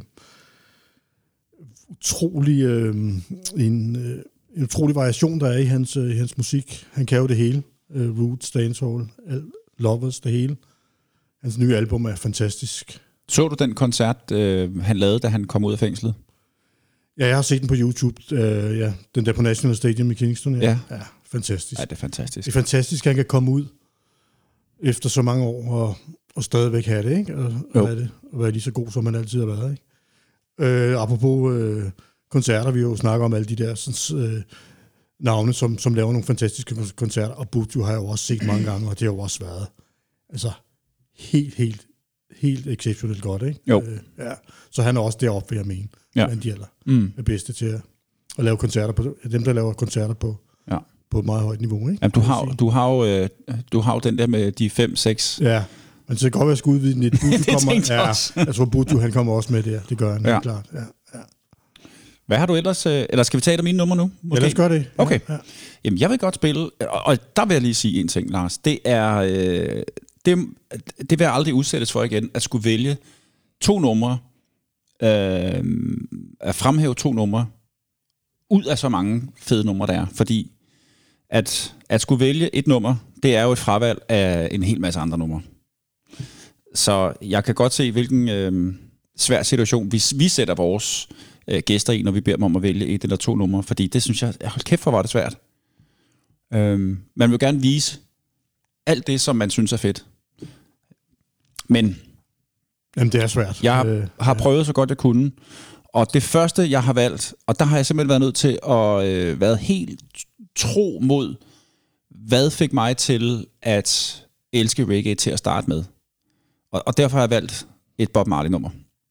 utrolig, øh, en, øh, en utrolig variation, der er i hans, øh, i hans musik. Han kan jo det hele. Øh, Roots, Dancehall, Lovers, det hele. Hans nye album er fantastisk. Så du den koncert, øh, han lavede, da han kom ud af fængslet? Ja, jeg har set den på YouTube. Øh, ja, den der på National Stadium i Kingston. Ja, ja. ja fantastisk. Ja, det er fantastisk. Det er fantastisk, at han kan komme ud efter så mange år og, og stadigvæk have det, ikke? Og, og, have det, og være lige så god, som han altid har været, ikke? Øh, apropos øh, koncerter, vi jo snakker om alle de der sådan, øh, navne, som, som laver nogle fantastiske koncerter, og Buju har jeg jo også set mange gange, og det har jo også været altså helt, helt helt exceptionelt godt, ikke? Jo. Øh, ja. Så han er også deroppe, vil jeg mene. Ja. Men de aller mm. er bedste til at, at lave koncerter på, dem der laver koncerter på, ja. på et meget højt niveau, ikke? Jamen, du har du har jo øh, du har jo den der med de fem seks. Ja. Men så kan godt være, at jeg skal udvide den lidt. Buju kommer, ja, jeg tror, Buju, han kommer også med der. Det gør han, ja. helt klart. Ja, ja. Hvad har du ellers... Øh, eller skal vi tage et af mine numre nu? Måske? Ja, lad os gøre det. Okay. Ja, ja. Jamen, jeg vil godt spille... Og, og der vil jeg lige sige en ting, Lars. Det er... Øh, det, det vil jeg aldrig udsættes for igen, at skulle vælge to numre... Øh, at fremhæve to numre ud af så mange fede numre, der er. Fordi at, at skulle vælge et nummer, det er jo et fravalg af en hel masse andre numre. Så jeg kan godt se, hvilken øh, svær situation vi, vi sætter vores øh, gæster i, når vi beder dem om at vælge et eller to numre. Fordi det synes jeg, hold kæft, hvor var det svært. Øh, man vil gerne vise alt det, som man synes er fedt. Men Jamen, det er svært. jeg øh, har ja. prøvet så godt jeg kunne. Og det første, jeg har valgt, og der har jeg simpelthen været nødt til at øh, være helt tro mod, hvad fik mig til at elske reggae til at starte med. Og, og derfor har jeg valgt et Bob Marley-nummer.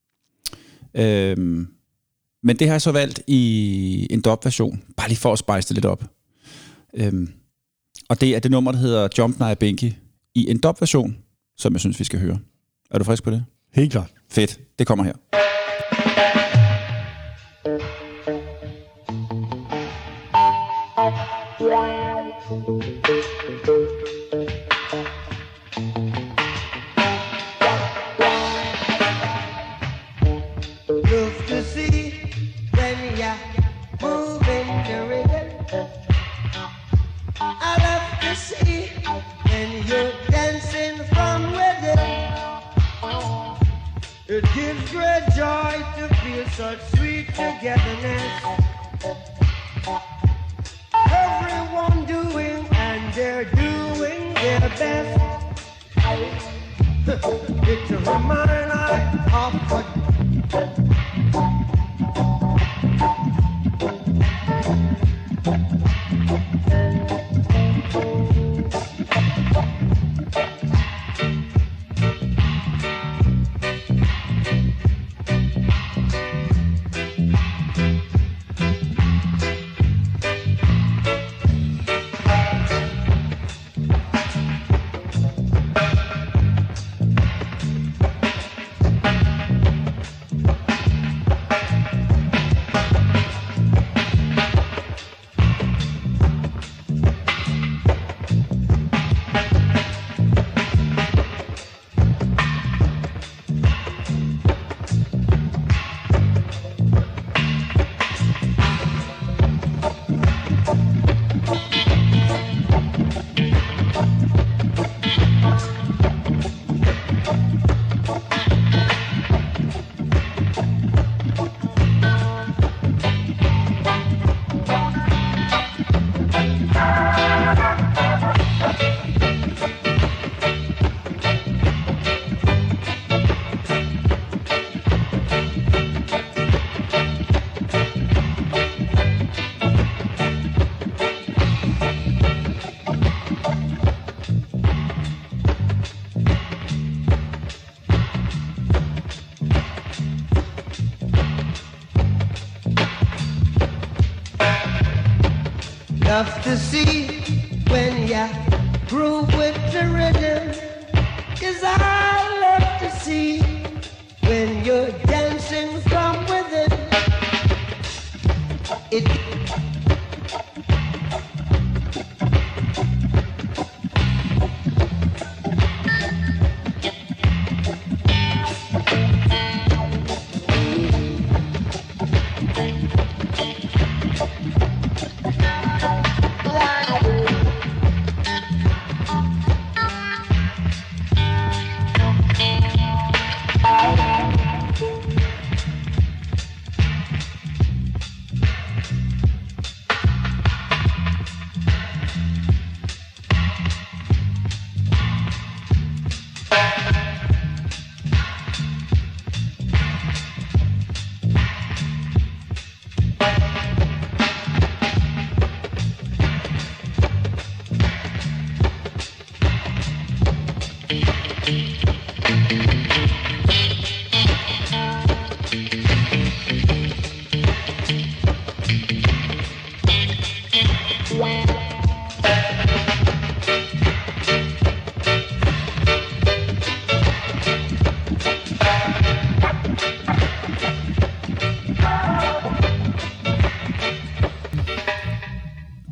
Øhm, men det har jeg så valgt i en dub-version, bare lige for at spice det lidt op. Øhm, og det er det nummer, der hedder Jump Naya Binky, i en dub-version, som jeg synes, vi skal høre. Er du frisk på det? Helt klart. Fedt. Det kommer her. Love to see when you're moving the rhythm. I love to see when you're dancing from within. It gives great joy to feel such sweet togetherness. Everyone doing and they're doing their best. It's a reminder of what love to see when you groove with the rhythm. 'Cause I love to see when you're dancing from within. It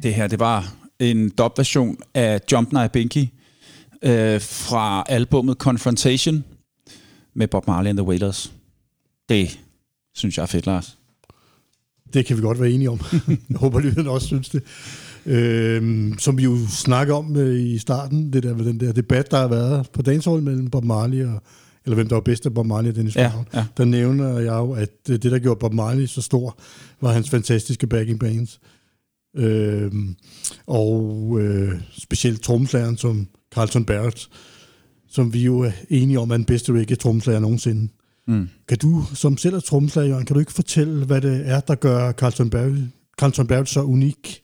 Det her, det var en dub-version af Jump Night Binky øh, fra albumet Confrontation med Bob Marley and the Wailers. Det synes jeg er fedt, Lars. Det kan vi godt være enige om. Jeg håber, lytterne også synes det. Øhm, som vi jo snakker om øh, i starten, det der med den der debat, der har været på dancehall mellem Bob Marley og, eller hvem der var bedst af Bob Marley og Dennis Brown. Ja, ja. Der nævner jeg jo, at det, der gjorde Bob Marley så stor, var hans fantastiske backing bands. Øhm, og øh, specielt trommeslageren som Carlton Barrett, som vi jo er enige om er den bedste reggae-trommeslager nogensinde. Mm. Kan du, som selv er trommeslager, Jørgen, kan du ikke fortælle, hvad det er, der gør Carlton Barrett, Carlton Barrett så unik?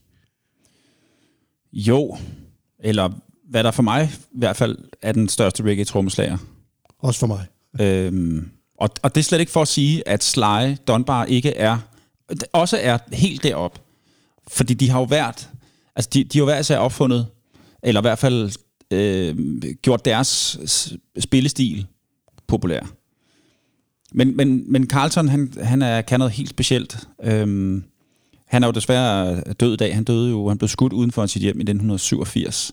Jo, eller hvad der for mig i hvert fald er den største reggae-trommeslager. Også for mig. øhm, og, og det er slet ikke for at sige, at Sly Dunbar ikke er, også er helt derop. Fordi de har jo været, altså de, de har jo været så opfundet, eller i hvert fald øh, gjort deres spillestil populær. Men, men, men Carlton, han, han er, kan noget helt specielt. Øhm, han er jo desværre død i dag. Han døde jo, han blev skudt uden for sit hjem i nitten syvogfirs.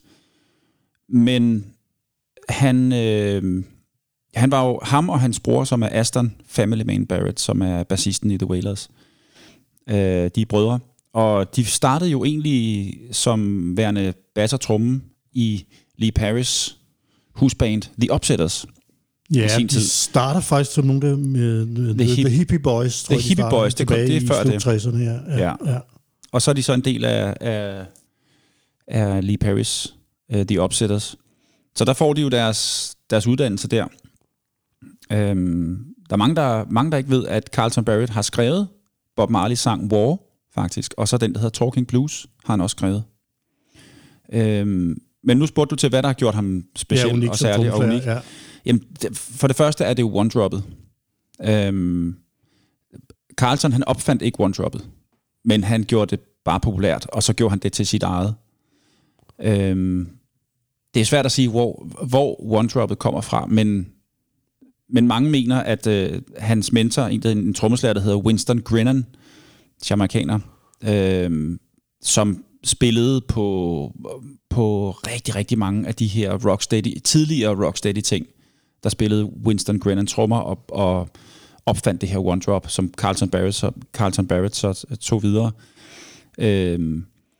Men han, øh, han var jo ham og hans bror, som er Aston Family Man Barrett, som er bassisten i The Wailers. Øh, de er brødre. Og de startede jo egentlig som værende bass og tromme i Lee Paris husband The Upsetters. Ja, de starter faktisk som nogle der med The, the, the Hippie Boys, tror The jeg, Hippie Boys, det, kom, det er før det. tresserne, ja. Ja, ja. ja. Og så er de så en del af, af, af Lee Paris, uh, The Upsetters. Så der får de jo deres, deres uddannelse der. Um, der er mange der, mange, der ikke ved, at Carlton Barrett har skrevet Bob Marley's sang War, faktisk. Og så den, der hedder Talking Blues, har han også skrevet. Um, men nu spurgte du til, hvad der har gjort ham speciel ja, unik, og særlig og unik. Ja. Jamen, for det første er det jo one-droppet. Um, Carlton, han opfandt ikke one-droppet, men han gjorde det bare populært, og så gjorde han det til sit eget. Um, det er svært at sige, hvor, hvor one-droppet kommer fra, men, men mange mener, at uh, hans mentor, en, en trommeslager, der hedder Winston Grennan, jamaicaner, uh, som spillede på, på rigtig, rigtig mange af de her rocksteady, tidligere rocksteady ting. Der spillede Winston Grennan trommer og, og opfandt det her one drop, som Carlton Barrett så, Carlton Barrett så tog videre. Øhm,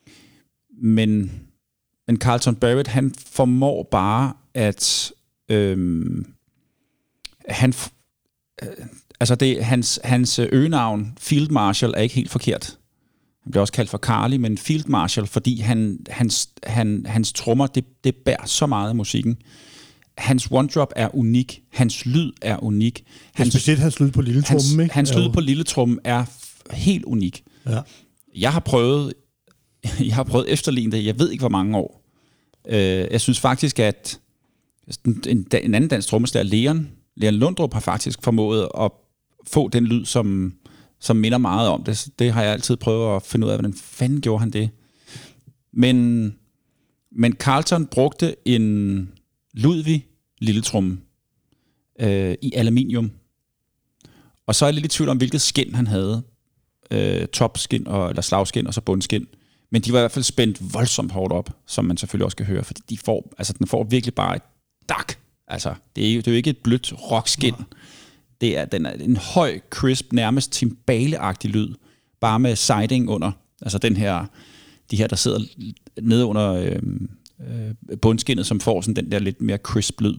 men, men Carlton Barrett, han formår bare at øhm, han øh, altså det hans hans øgenavn Field Marshal er ikke helt forkert. Han bliver også kaldt for Carly, men Field Marshal, fordi han hans han hans trommer det det bærer så meget af musikken. Hans one-drop er unik. Hans lyd er unik. Hans, specielt hans lyd på lille trommen, ikke? Hans lyd på lille trommen er f- helt unik. Ja. Jeg har prøvet jeg har prøvet efterligne det, jeg ved ikke hvor mange år. Uh, jeg synes faktisk, at en, en, en anden dansk trommeslager, Leon, Leon Lundrup, har faktisk formået at få den lyd, som, som minder meget om det. Det har jeg altid prøvet at finde ud af, hvordan fanden gjorde han det. Men, men Carlton brugte en Ludwig lilletrumme øh, i aluminium. Og så er jeg lidt i tvivl om, hvilket skin han havde. Øh, topskin, og, eller slagskin og så bundskin. Men de var i hvert fald spændt voldsomt hårdt op, som man selvfølgelig også kan høre, fordi de får, altså, den får virkelig bare et dak. Altså, det er jo, det er jo ikke et blødt rockskin. Ja. Det er, den er en høj, crisp, nærmest timbale-agtig lyd, bare med siding under. Altså den her, de her, der sidder nede under øh, øh, bundskinnet, som får sådan den der lidt mere crisp lyd.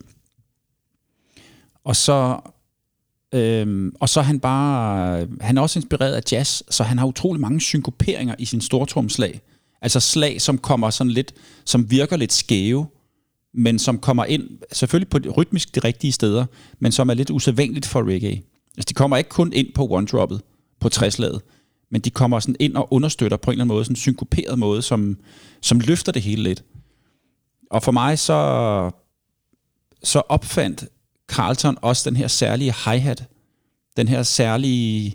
Og så øh, og så er han bare, han er også inspireret af jazz, så han har utrolig mange synkoperinger i sin stortromslag. Altså slag, som kommer sådan lidt, som virker lidt skæve, men som kommer ind, selvfølgelig på rytmisk de rigtige steder, men som er lidt usædvanligt for reggae. Altså de kommer ikke kun ind på one-droppet, på træslaget, men de kommer sådan ind og understøtter på en eller anden måde, sådan en synkoperet måde, som, som løfter det hele lidt. Og for mig så, så opfandt Carlton også den her særlige hi-hat, den her særlige,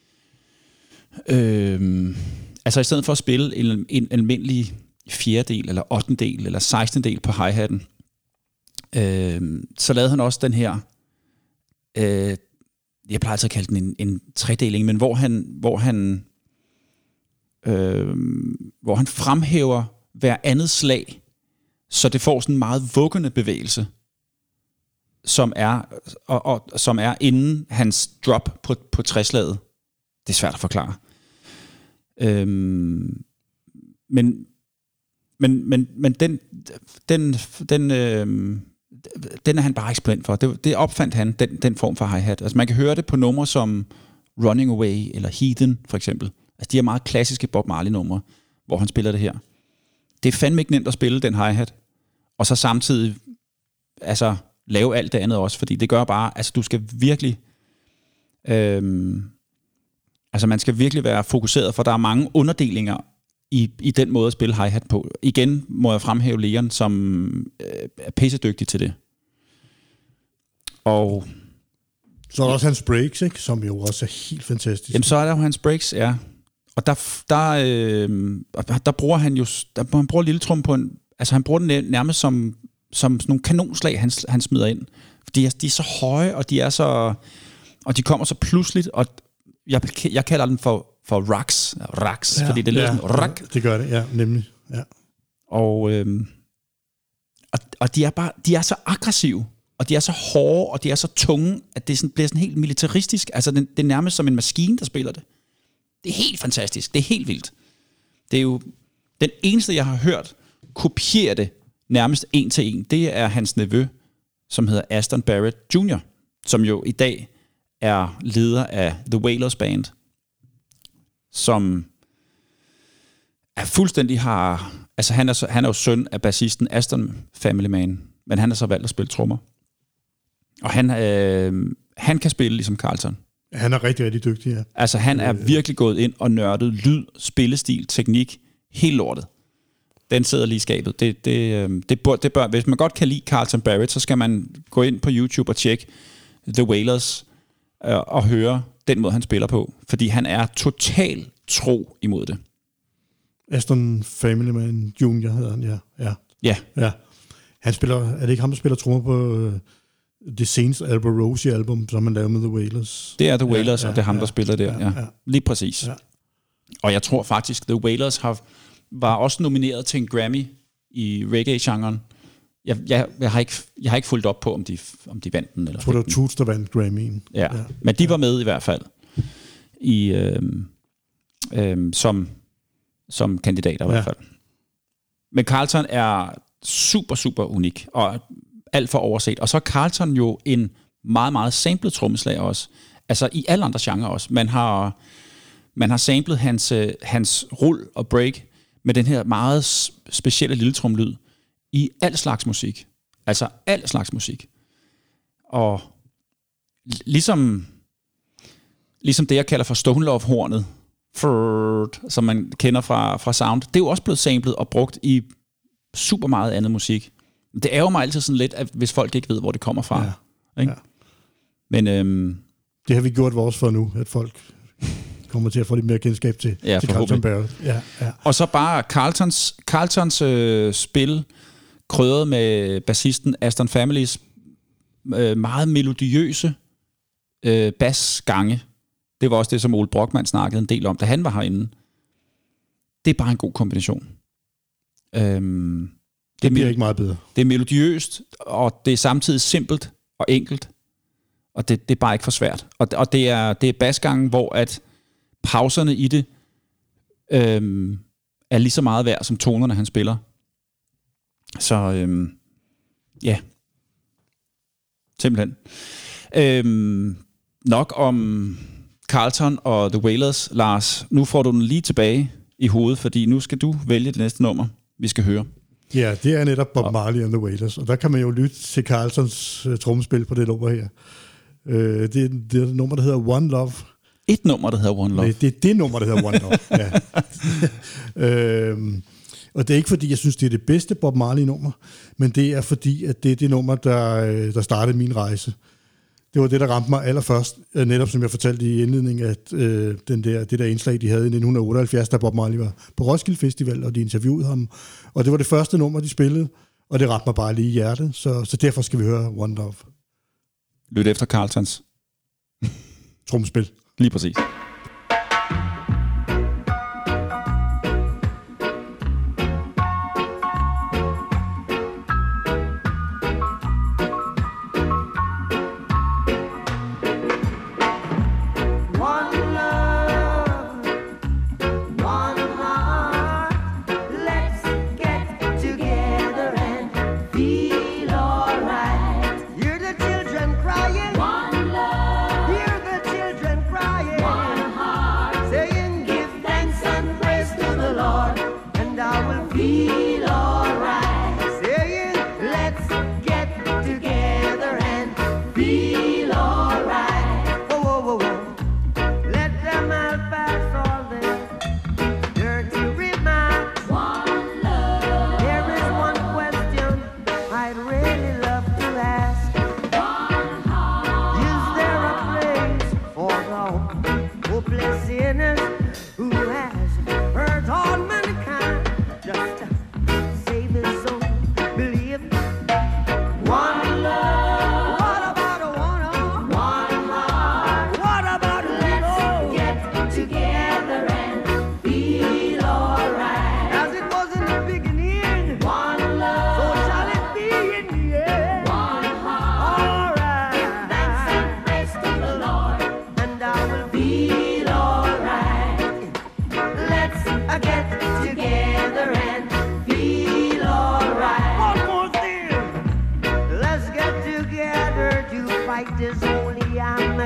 øh, altså i stedet for at spille en, en almindelig fjerdedel, eller ottendel, eller sekstendel på hi-hatten, øh, så lavede han også den her, øh, jeg plejer altid at kalde den en, en tredeling, men hvor han, hvor han øh, hvor han fremhæver hver andet slag, så det får sådan en meget vuggende bevægelse, som er, og, og, som er inden hans drop på, på træslaget. Det er svært at forklare. Øhm, men men, men, men den, den, den, øhm, den er han bare ikke blind for. Det, det opfandt han, den, den form for hi-hat. Altså man kan høre det på numre som Running Away eller Heathen for eksempel. Altså de er meget klassiske Bob Marley-numre, hvor han spiller det her. Det er fandme ikke nemt at spille den hi-hat, og så samtidig altså lave alt det andet også, fordi det gør bare, altså du skal virkelig øhm, altså man skal virkelig være fokuseret, for der er mange underdelinger i, i den måde at spille hi-hat på. Igen må jeg fremhæve Leon, som øh, er pissedygtig til det. Og så er der også hans breaks, ikke? Som jo også er helt fantastisk. Jamen så er der jo hans breaks, ja. Og der, der, øh, der bruger han jo, der, han bruger lille trum på en, altså han bruger den nærmest som, som sådan nogle kanonslag, han, han smider ind. De er, de er så høje, og de er så, og de kommer så pludseligt, og jeg, jeg kalder den for, for rocks, rocks, ja, fordi det lyder ja, sådan, rock. Det gør det, ja, nemlig, ja. Og, øh, og, og de er bare, de er så aggressive, og de er så hårde, og de er så tunge, at det sådan, bliver sådan helt militaristisk. Altså det, det er nærmest som en maskine, der spiller det. Det er helt fantastisk. Det er helt vildt. Det er jo den eneste, jeg har hørt kopiere det nærmest en til en. Det er hans nevø, som hedder Aston Barrett junior, som jo i dag er leder af The Wailers Band, som er fuldstændig har... Altså han er, så, han er jo søn af bassisten Aston Family Man, men han har så valgt at spille trommer. Og han, øh, han kan spille ligesom Carlton. Han er rigtig, rigtig dygtig, ja. Altså, han er virkelig gået ind og nørdet lyd, spillestil, teknik, helt lortet. Den sidder lige i skabet. Det, det, det, bør, det bør, hvis man godt kan lide Carlton Barrett, så skal man gå ind på YouTube og tjekke The Wailers øh, og høre den måde, han spiller på. Fordi han er totalt tro imod det. Aston Family Man junior hedder han, ja. Ja. Ja. ja. Han spiller, er det ikke ham, der spiller trommer på øh, det seneste Albert Rosie-album, som man lavede med The Wailers? Det er The Wailers, ja, ja, og det er ham, ja, der spiller der. Ja, ja. Ja. Lige præcis. Ja. Og jeg tror faktisk, The Wailers har, var også nomineret til en Grammy i reggae-genren. Jeg, jeg, jeg, har ikke, jeg har ikke fulgt op på, om de, om de vandt den. Eller jeg tror, det var Toots, der vandt Grammy'en. Ja. ja, men de var med i hvert fald i, øhm, øhm, som, som kandidater i ja. hvert fald. Men Carlton er super, super unik, og alt for overset. Og så er Carlton jo en meget, meget samlet trommeslager også. Altså i alle andre genrer også. Man har, man har samlet hans, hans rull og break med den her meget specielle lille trommelyd i al slags musik. Altså al slags musik. Og ligesom, ligesom det, jeg kalder for Stone Love-hornet, som man kender fra, fra Sound, det er jo også blevet samlet og brugt i super meget andet musik. Det ærger mig altid sådan lidt, at hvis folk ikke ved, hvor det kommer fra. Ja. Ikke? Ja. Men øhm, det har vi gjort vores for nu, at folk kommer til at få lidt mere kendskab til, ja, til Carlton Barrett. Ja, ja. Og så bare Carltons, Carltons øh, spil, krydret med bassisten Aston Familys øh, meget melodiøse øh, basgange. Det var også det, som Ole Brockmann snakkede en del om, da han var herinde. Det er bare en god kombination. Øhm, det, det bliver ikke meget bedre. Det er melodiøst, og det er samtidig simpelt og enkelt. Og det, det er bare ikke for svært. Og, og det er, det er basgangen, hvor at pauserne i det øhm, er lige så meget værd, som tonerne, han spiller. Så øhm, ja. Simpelthen. Øhm, nok om Carlton og The Wailers, Lars. Nu får du den lige tilbage i hovedet, fordi nu skal du vælge det næste nummer, vi skal høre. Ja, det er netop Bob Marley and The Wailers, og der kan man jo lytte til Carltons uh, trommespil på det nummer her. Uh, det, det er det nummer, der hedder One Love. Et nummer, der hedder One Love? Nej, det er det nummer, der hedder One Love, ja. uh, og det er ikke, fordi jeg synes, det er det bedste Bob Marley-nummer, men det er fordi, at det er det nummer, der, der startede min rejse. Det var det, der ramte mig allerførst, netop som jeg fortalte i indledningen, at øh, den der, det der indslag, de havde i nitten otteoghalvfjerds, da Bob Marley var på Roskilde Festival, og de interviewede ham. Og det var det første nummer, de spillede, og det ramte mig bare lige i hjertet, så, så derfor skal vi høre One Love. Lyt efter Carltons tromspil. Lige præcis.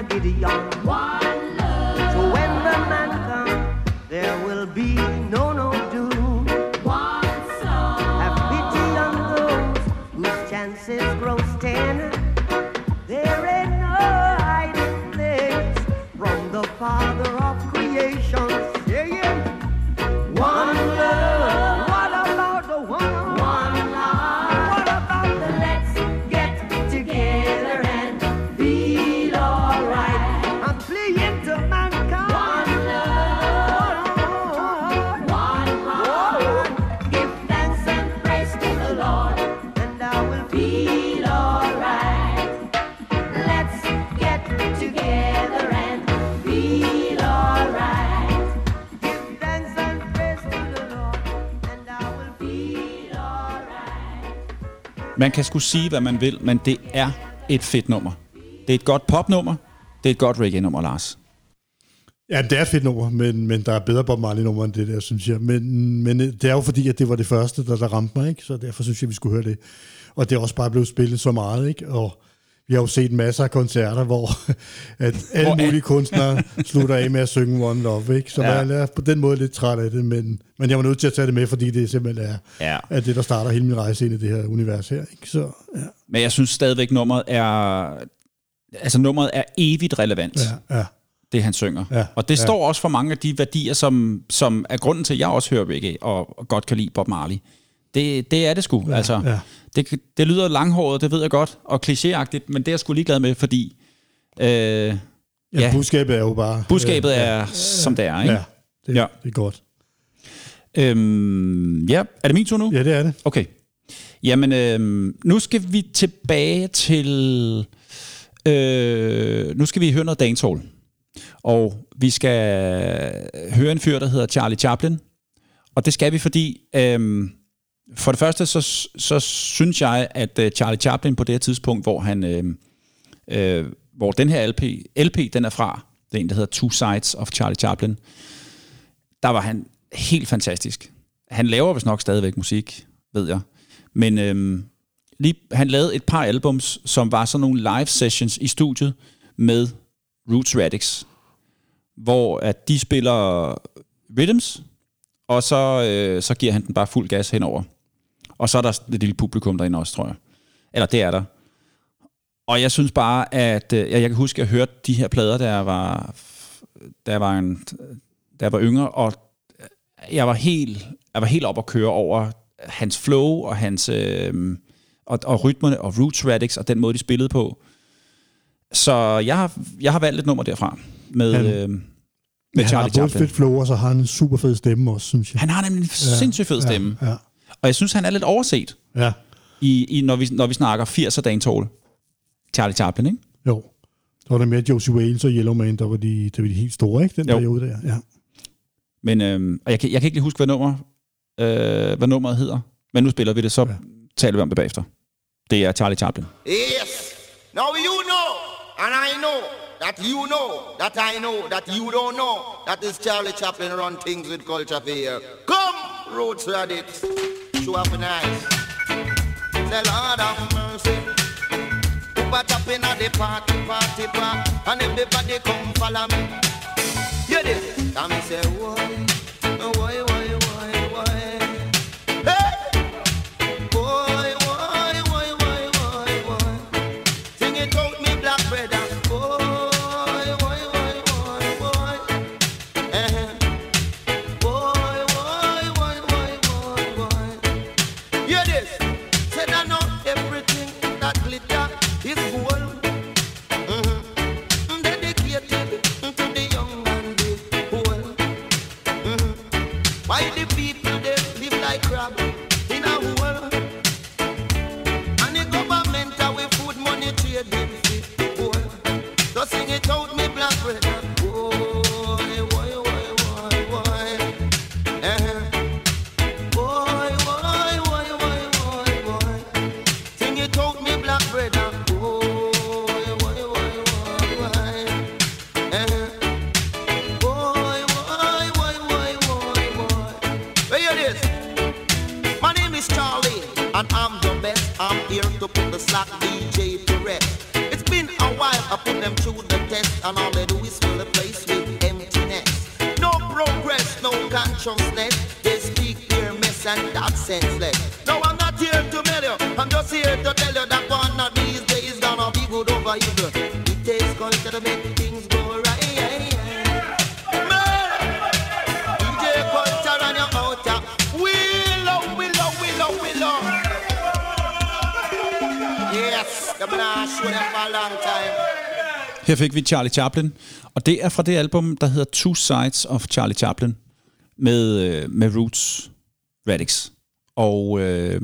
Gideon. One love. So when the man comes, there will be no, no doom. One soul. Have pity on those whose chances grow ten. There ain't no hiding place from the Father of creation. Saying, one love. What about the one? One love. What about the let's get together and feel alright? I'm fleeing to mankind. One love. One heart. Give thanks and praise to the Lord, and I will feel alright. Let's get together and feel alright. Give thanks and praise to the Lord, and I will feel alright. Man kan sgu sige, hvad man vil, men det er et fedt nummer. Det er et godt popnummer. Det er et godt reggae-nummer, Lars. Ja, det er et fedt nummer, men, men der er bedre Bob Marley-nummer end det der, synes jeg. Men, men det er jo fordi, at det var det første, der, der ramte mig, ikke? Så derfor synes jeg, vi skulle høre det. Og det er også bare blevet spillet så meget, ikke? Og vi har jo set masser af koncerter, hvor at alle Hvor er- mulige kunstnere slutter af med at synge One Love, ikke? Så Ja. ja. jeg er på den måde lidt træt af det, men, men jeg var nødt til at tage det med, fordi det simpelthen er, Ja. er det, der starter hele min rejse ind i det her univers her, ikke? Så, ja. Men jeg synes stadigvæk, nummeret er... Altså, nummeret er evigt relevant. Ja, ja. Det han synger. Ja, Og det ja. står også for mange af de værdier, som, som er grunden til, at jeg også hører reggae og, og godt kan lide Bob Marley. Det, det er det sgu. Ja, altså, ja. det, det lyder langhåret, det ved jeg godt, og klichéagtigt, men det er jeg sgu ligeglad med, fordi øh, Ja, Ja. budskabet er jo bare... budskabet øh, er, ja, som det er. Ikke? Ja, det, Ja. ja. det er godt. Øhm, ja, er det min tur nu? Ja, det er det. Okay. Jamen, øhm, nu skal vi tilbage til... Øh, nu skal vi høre noget dancehall. Og vi skal høre en fyr, der hedder Charlie Chaplin. Og det skal vi, fordi... Øhm, for det første, så, så synes jeg, at øh, Charlie Chaplin på det her tidspunkt, hvor han... Øh, øh, hvor den her L P, L P, den er fra, det er en, der hedder Two Sides of Charlie Chaplin, der var han helt fantastisk. Han laver vist nok stadigvæk musik, ved jeg. Men øhm, lige, han lavede et par albums, som var sådan nogle live sessions i studiet med Roots Radics, hvor at de spiller rhythms, og så, øh, så giver han den bare fuld gas henover. Og så er der et lille publikum derinde også, tror jeg. Eller det er der. Og jeg synes bare, at øh, jeg kan huske, at jeg hørte de her plader, da jeg var, da jeg var, en, da jeg var yngre, og jeg var helt, jeg var helt op at køre over hans flow og hans øh, og, og rytmerne og Roots Radics og den måde, de spillede på. Så jeg har, jeg har valgt et nummer derfra med, Han- øh, med Han Charlie har både Chaplin. fedt flow, og så har han en super fed stemme også, synes jeg. Han har nemlig en sindssygt fed stemme. Ja, ja, Og jeg synes, han er lidt overset, ja. i, i, når, vi, når vi snakker firser dancehall. Charlie Chaplin, ikke? Jo. Der var der med Josie Wales og Yellowman, der var de, der var de helt store, ikke? Den Jo. periode der, ja. Men øhm, og jeg, kan, jeg kan ikke lige huske, hvad, nummer, øh, hvad nummeret hedder. Men nu spiller vi det, så ja. taler vi om det bagefter. Det er Charlie Chaplin. Yes. Now you know, and I know, that you know, that I know, that you don't know, that this Charlie Chaplin run things with culture for here. Come, Roots Radics, show up nice. Say Lord have mercy. Put up in the party, party, party, and everybody come follow me. Hear this, and me say, why, why, why, why, why? Hey! Why, why, why, why, why, why? Sing it out, me black brother. Why, why, why, why, why? Eh? Why, why, why, why, why, why? Hear this, say that not everything that glitter is gold. Mm-hmm. Dedicated to the young and the old. Mm-hmm. Why the people they live like crab in a hole? And the government away food money trading fit gold. So sing it out, me black brother. Boy, boy, boy, boy, boy. Eh. Boy, boy, boy, boy, boy, boy. Sing it out, me black brother. Boy, boy, boy, boy, boy. Eh. Boy, boy, boy, boy, boy, boy. Where you this? My name is Charlie, and I'm the best. I'm here to put the slack D J to rest. It's been a while, I put them through the test. and all they do is fill the place with emptiness. No progress, no consciousness. They speak their mess and that's senseless. No, I'm not here to tell you, I'm just here to tell you that one of these days gonna be good over evil. It takes culture to make things go right. Man, D J culture and your outer. Willow, willow, willow, willow. Yes, they've been on show them for a long time. Her fik vi Charlie Chaplin, og det er fra det album, der hedder Two Sides of Charlie Chaplin, med, med Roots Radics. Og øh,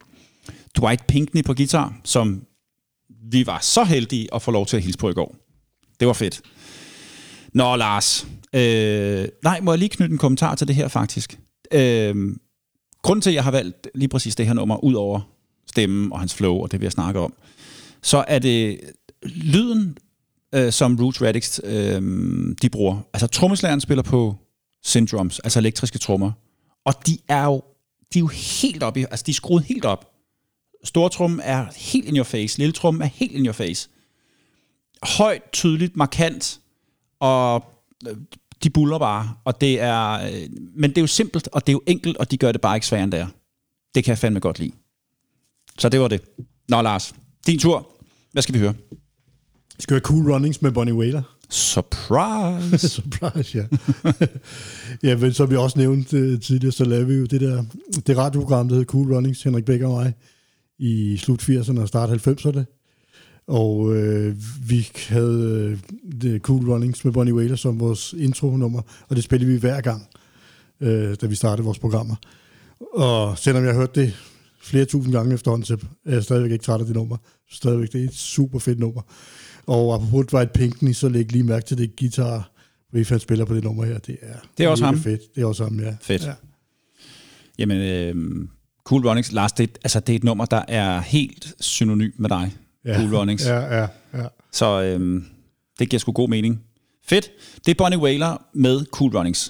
Dwight Pinkney på guitar, som vi var så heldige at få lov til at hilse på i går. Det var fedt. Nå, Lars. Øh, nej, må jeg lige knytte en kommentar til det her, faktisk. Øh, grunden til, at jeg har valgt lige præcis det her nummer, ud over stemmen og hans flow, og det vi har snakket om, så er det lyden, øh, som Roots Radics, øh, de bruger. Altså, trommeslageren spiller på syndrums, altså elektriske trommer, og de er jo, de er jo helt op i, altså de er skruet helt op. Stortrummen er helt in your face, lille trummen er helt in your face. Højt, tydeligt, markant, og de buller bare, og det er, men det er jo simpelt, og det er jo enkelt, og de gør det bare ikke sværere end det er. Det kan jeg fandme godt lide. Så det var det. Nå, Lars, din tur. Hvad skal vi høre? Skal vi høre Cool Runnings med Bunny Wailer? Surprise! Surprise, ja. Ja, men som vi også nævnte uh, tidligere, så lavede vi jo det der, det radioprogram, der hed Cool Runnings, Henrik Beck og mig, i slut firserne og start halvfemserne. Og øh, vi havde øh, Cool Runnings med Bunny Wailer som vores intro-nummer, og det spillede vi hver gang, øh, da vi startede vores programmer. Og selvom jeg har hørt det flere tusind gange efterhånden, så er jeg stadigvæk ikke træt af det nummer. Stadigvæk, det er et super fedt nummer. Og apropos Dwight Pinkney, så læg lige mærke til det guitar, riff han spiller på det nummer her. Det er, det er også ham. Fedt. Det er også ham, ja. Fedt. Ja. Jamen, øh, Cool Runnings, Lars, det, altså, det er et nummer, der er helt synonym med dig. Ja. Cool Runnings. Ja, ja, ja. Så øh, det giver sgu god mening. Fedt. Det er Bunny Wailer med Cool Runnings.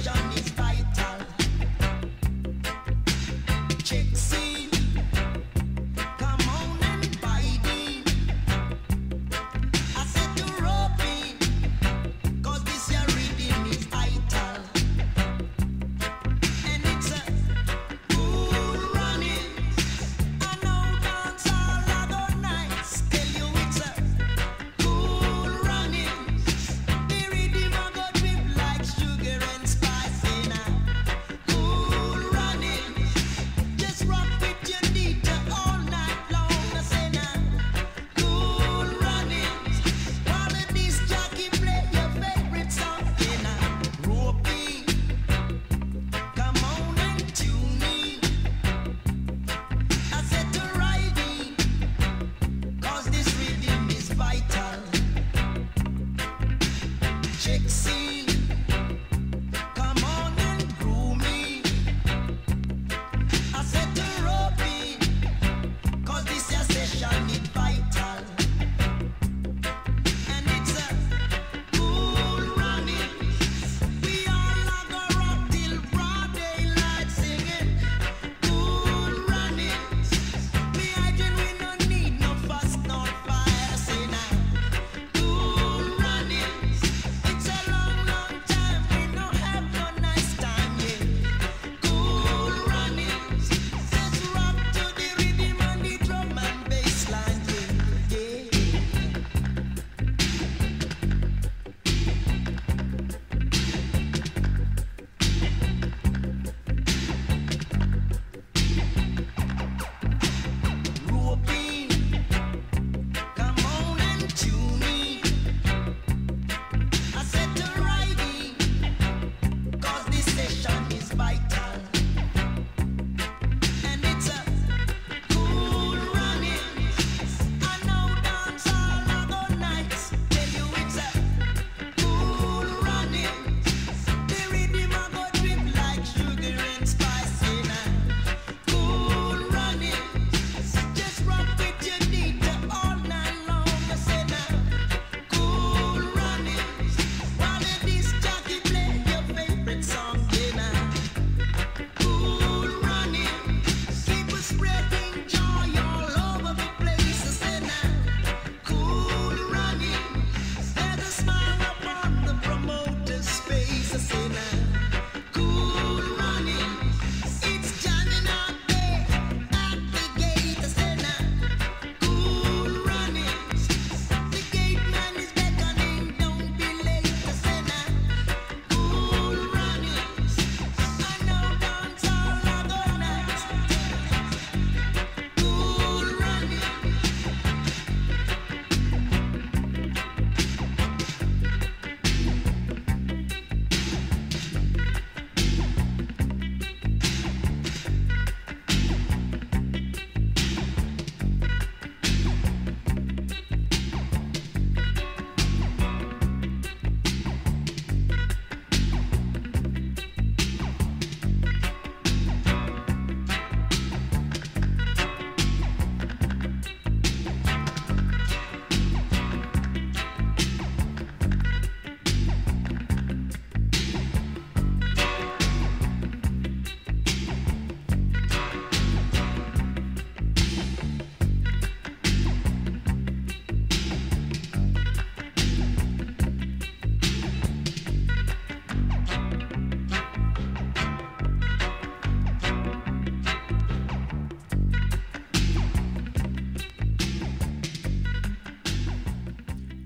Chick scene.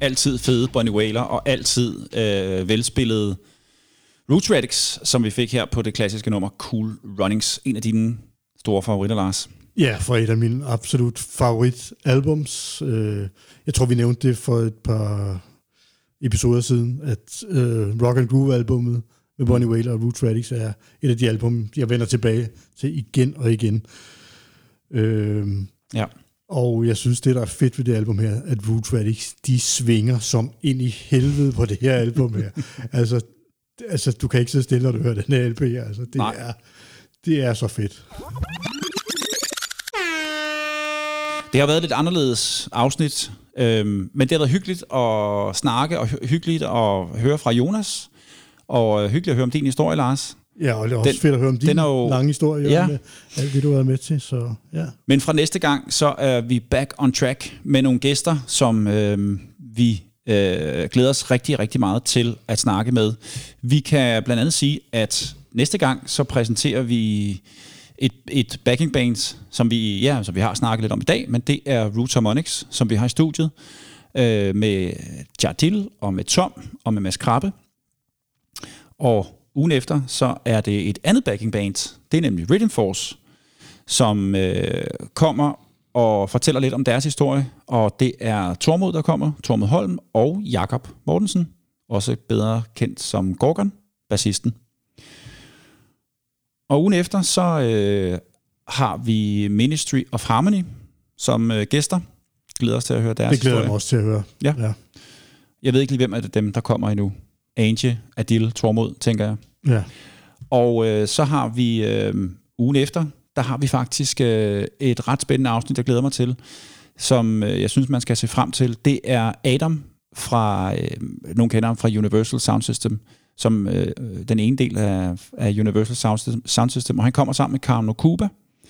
altid fede Bunny Wailer og altid øh, velspillede Roots Radics, som vi fik her på det klassiske nummer Cool Runnings. En af dine store favoritter, Lars. Ja, for et af mine absolut favoritalbums. Øh, jeg tror, vi nævnte det for et par episoder siden, at øh, Rock and Groove-albummet med Bunny Wailer og Roots Radics er et af de album, jeg vender tilbage til igen og igen. Øh, ja. Og jeg synes, det der er fedt ved det album her, at Roots Radics, de svinger som ind i helvede på det her album her. altså, altså, du kan ikke sidde stille, når du hører den her L P her. Altså, det, er, det er så fedt. Det har været et lidt anderledes afsnit, øhm, men det har været hyggeligt at snakke, og hy- hyggeligt at høre fra Jonas, og hyggeligt at høre om din historie, Lars. Ja, og det er også den, fedt at høre om din jo, lange historie, ja. Med alt det, du har været med til. Så, ja. Men fra næste gang, så er vi back on track med nogle gæster, som øh, vi øh, glæder os rigtig, rigtig meget til at snakke med. Vi kan blandt andet sige, at næste gang, så præsenterer vi et, et backing band, som vi, ja, som vi har snakket lidt om i dag, men det er Roots Harmonics, som vi har i studiet, øh, med Jardil og med Tom og med Mads Krabbe. Og ugen efter, så er det et andet backing band. Det er nemlig Rhythm Force, som øh, kommer og fortæller lidt om deres historie. Og det er Tormod, der kommer, Tormod Holm og Jakob Mortensen, også bedre kendt som Gorgon, bassisten. Og ugen efter, så øh, har vi Ministry of Harmony som øh, gæster. Glæder os til at høre deres historie. Det glæder jeg mig også til at høre. Ja. ja. Jeg ved ikke lige, hvem af dem, der kommer endnu. Angie, Adil, Tormod, tænker jeg. Ja. Og øh, så har vi øh, ugen efter, der har vi faktisk øh, et ret spændende afsnit, jeg glæder mig til, som øh, jeg synes, man skal se frem til. Det er Adam fra, øh, nogen kender ham fra Universal Sound System, som øh, den ene del af, af Universal Sound System, Sound System, og han kommer sammen med Karen Okuba.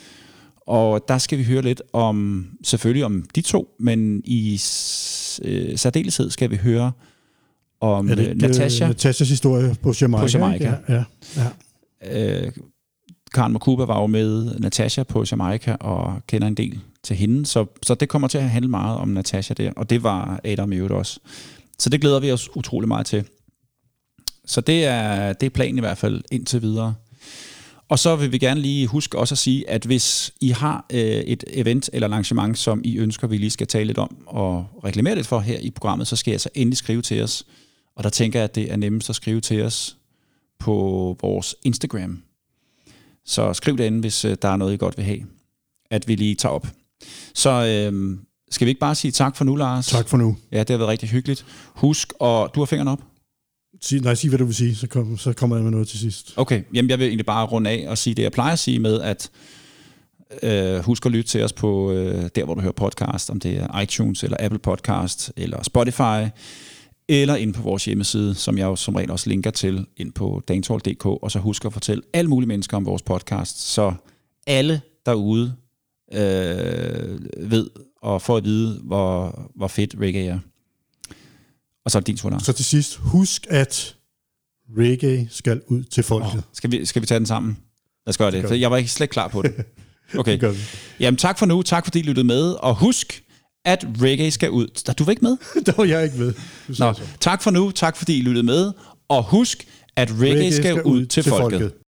Og der skal vi høre lidt om, selvfølgelig om de to, men i øh, særdeleshed skal vi høre om er det ikke, Natasha. Uh, Natashas historie på Jamaica. På Jamaica. Ja, ja, ja. Øh, Karen Okuba var jo med Natasha på Jamaica og kender en del til hende, så, så det kommer til at handle meget om Natasha der, og det var Adam i øvrigt også. Så det glæder vi os utrolig meget til. Så det er, det er planen i hvert fald indtil videre. Og så vil vi gerne lige huske også at sige, at hvis I har øh, et event eller arrangement, som I ønsker, vi lige skal tale lidt om og reklamere lidt for her i programmet, så skal jeg så endelig skrive til os. Og der tænker jeg, at det er nemmest at skrive til os på vores Instagram. Så skriv derinde, hvis øh, der er noget, I godt vil have, at vi lige tager op. Så øh, skal vi ikke bare sige tak for nu, Lars? Tak for nu. Ja, det har været rigtig hyggeligt. Husk, og du har fingeren op. Sig, nej, sig hvad du vil sige, så, kom, så kommer jeg med noget til sidst. Okay, jamen jeg vil egentlig bare runde af og sige det, jeg plejer at sige med, at øh, husk at lytte til os på øh, der, hvor du hører podcast, om det er iTunes eller Apple Podcast eller Spotify, eller ind på vores hjemmeside, som jeg jo som regel også linker til, ind på dancehall punktum d k, og så husk at fortælle alle mulige mennesker om vores podcast, så alle derude øh, ved og får at vide, hvor, hvor fedt reggae er. Og så er det din tur. Så til sidst, husk at reggae skal ud til folket. Oh, skal, vi, skal vi tage den sammen? Lad os gøre det, det for jeg var ikke slet klar på det. Okay. Det Jamen tak for nu, tak fordi I lyttede med, og husk, at reggae skal ud. Du var ikke med? Der var jeg ikke med. Nå, tak for nu, tak fordi I lyttede med, og husk, at reggae, reggae skal, skal ud til folket. folket.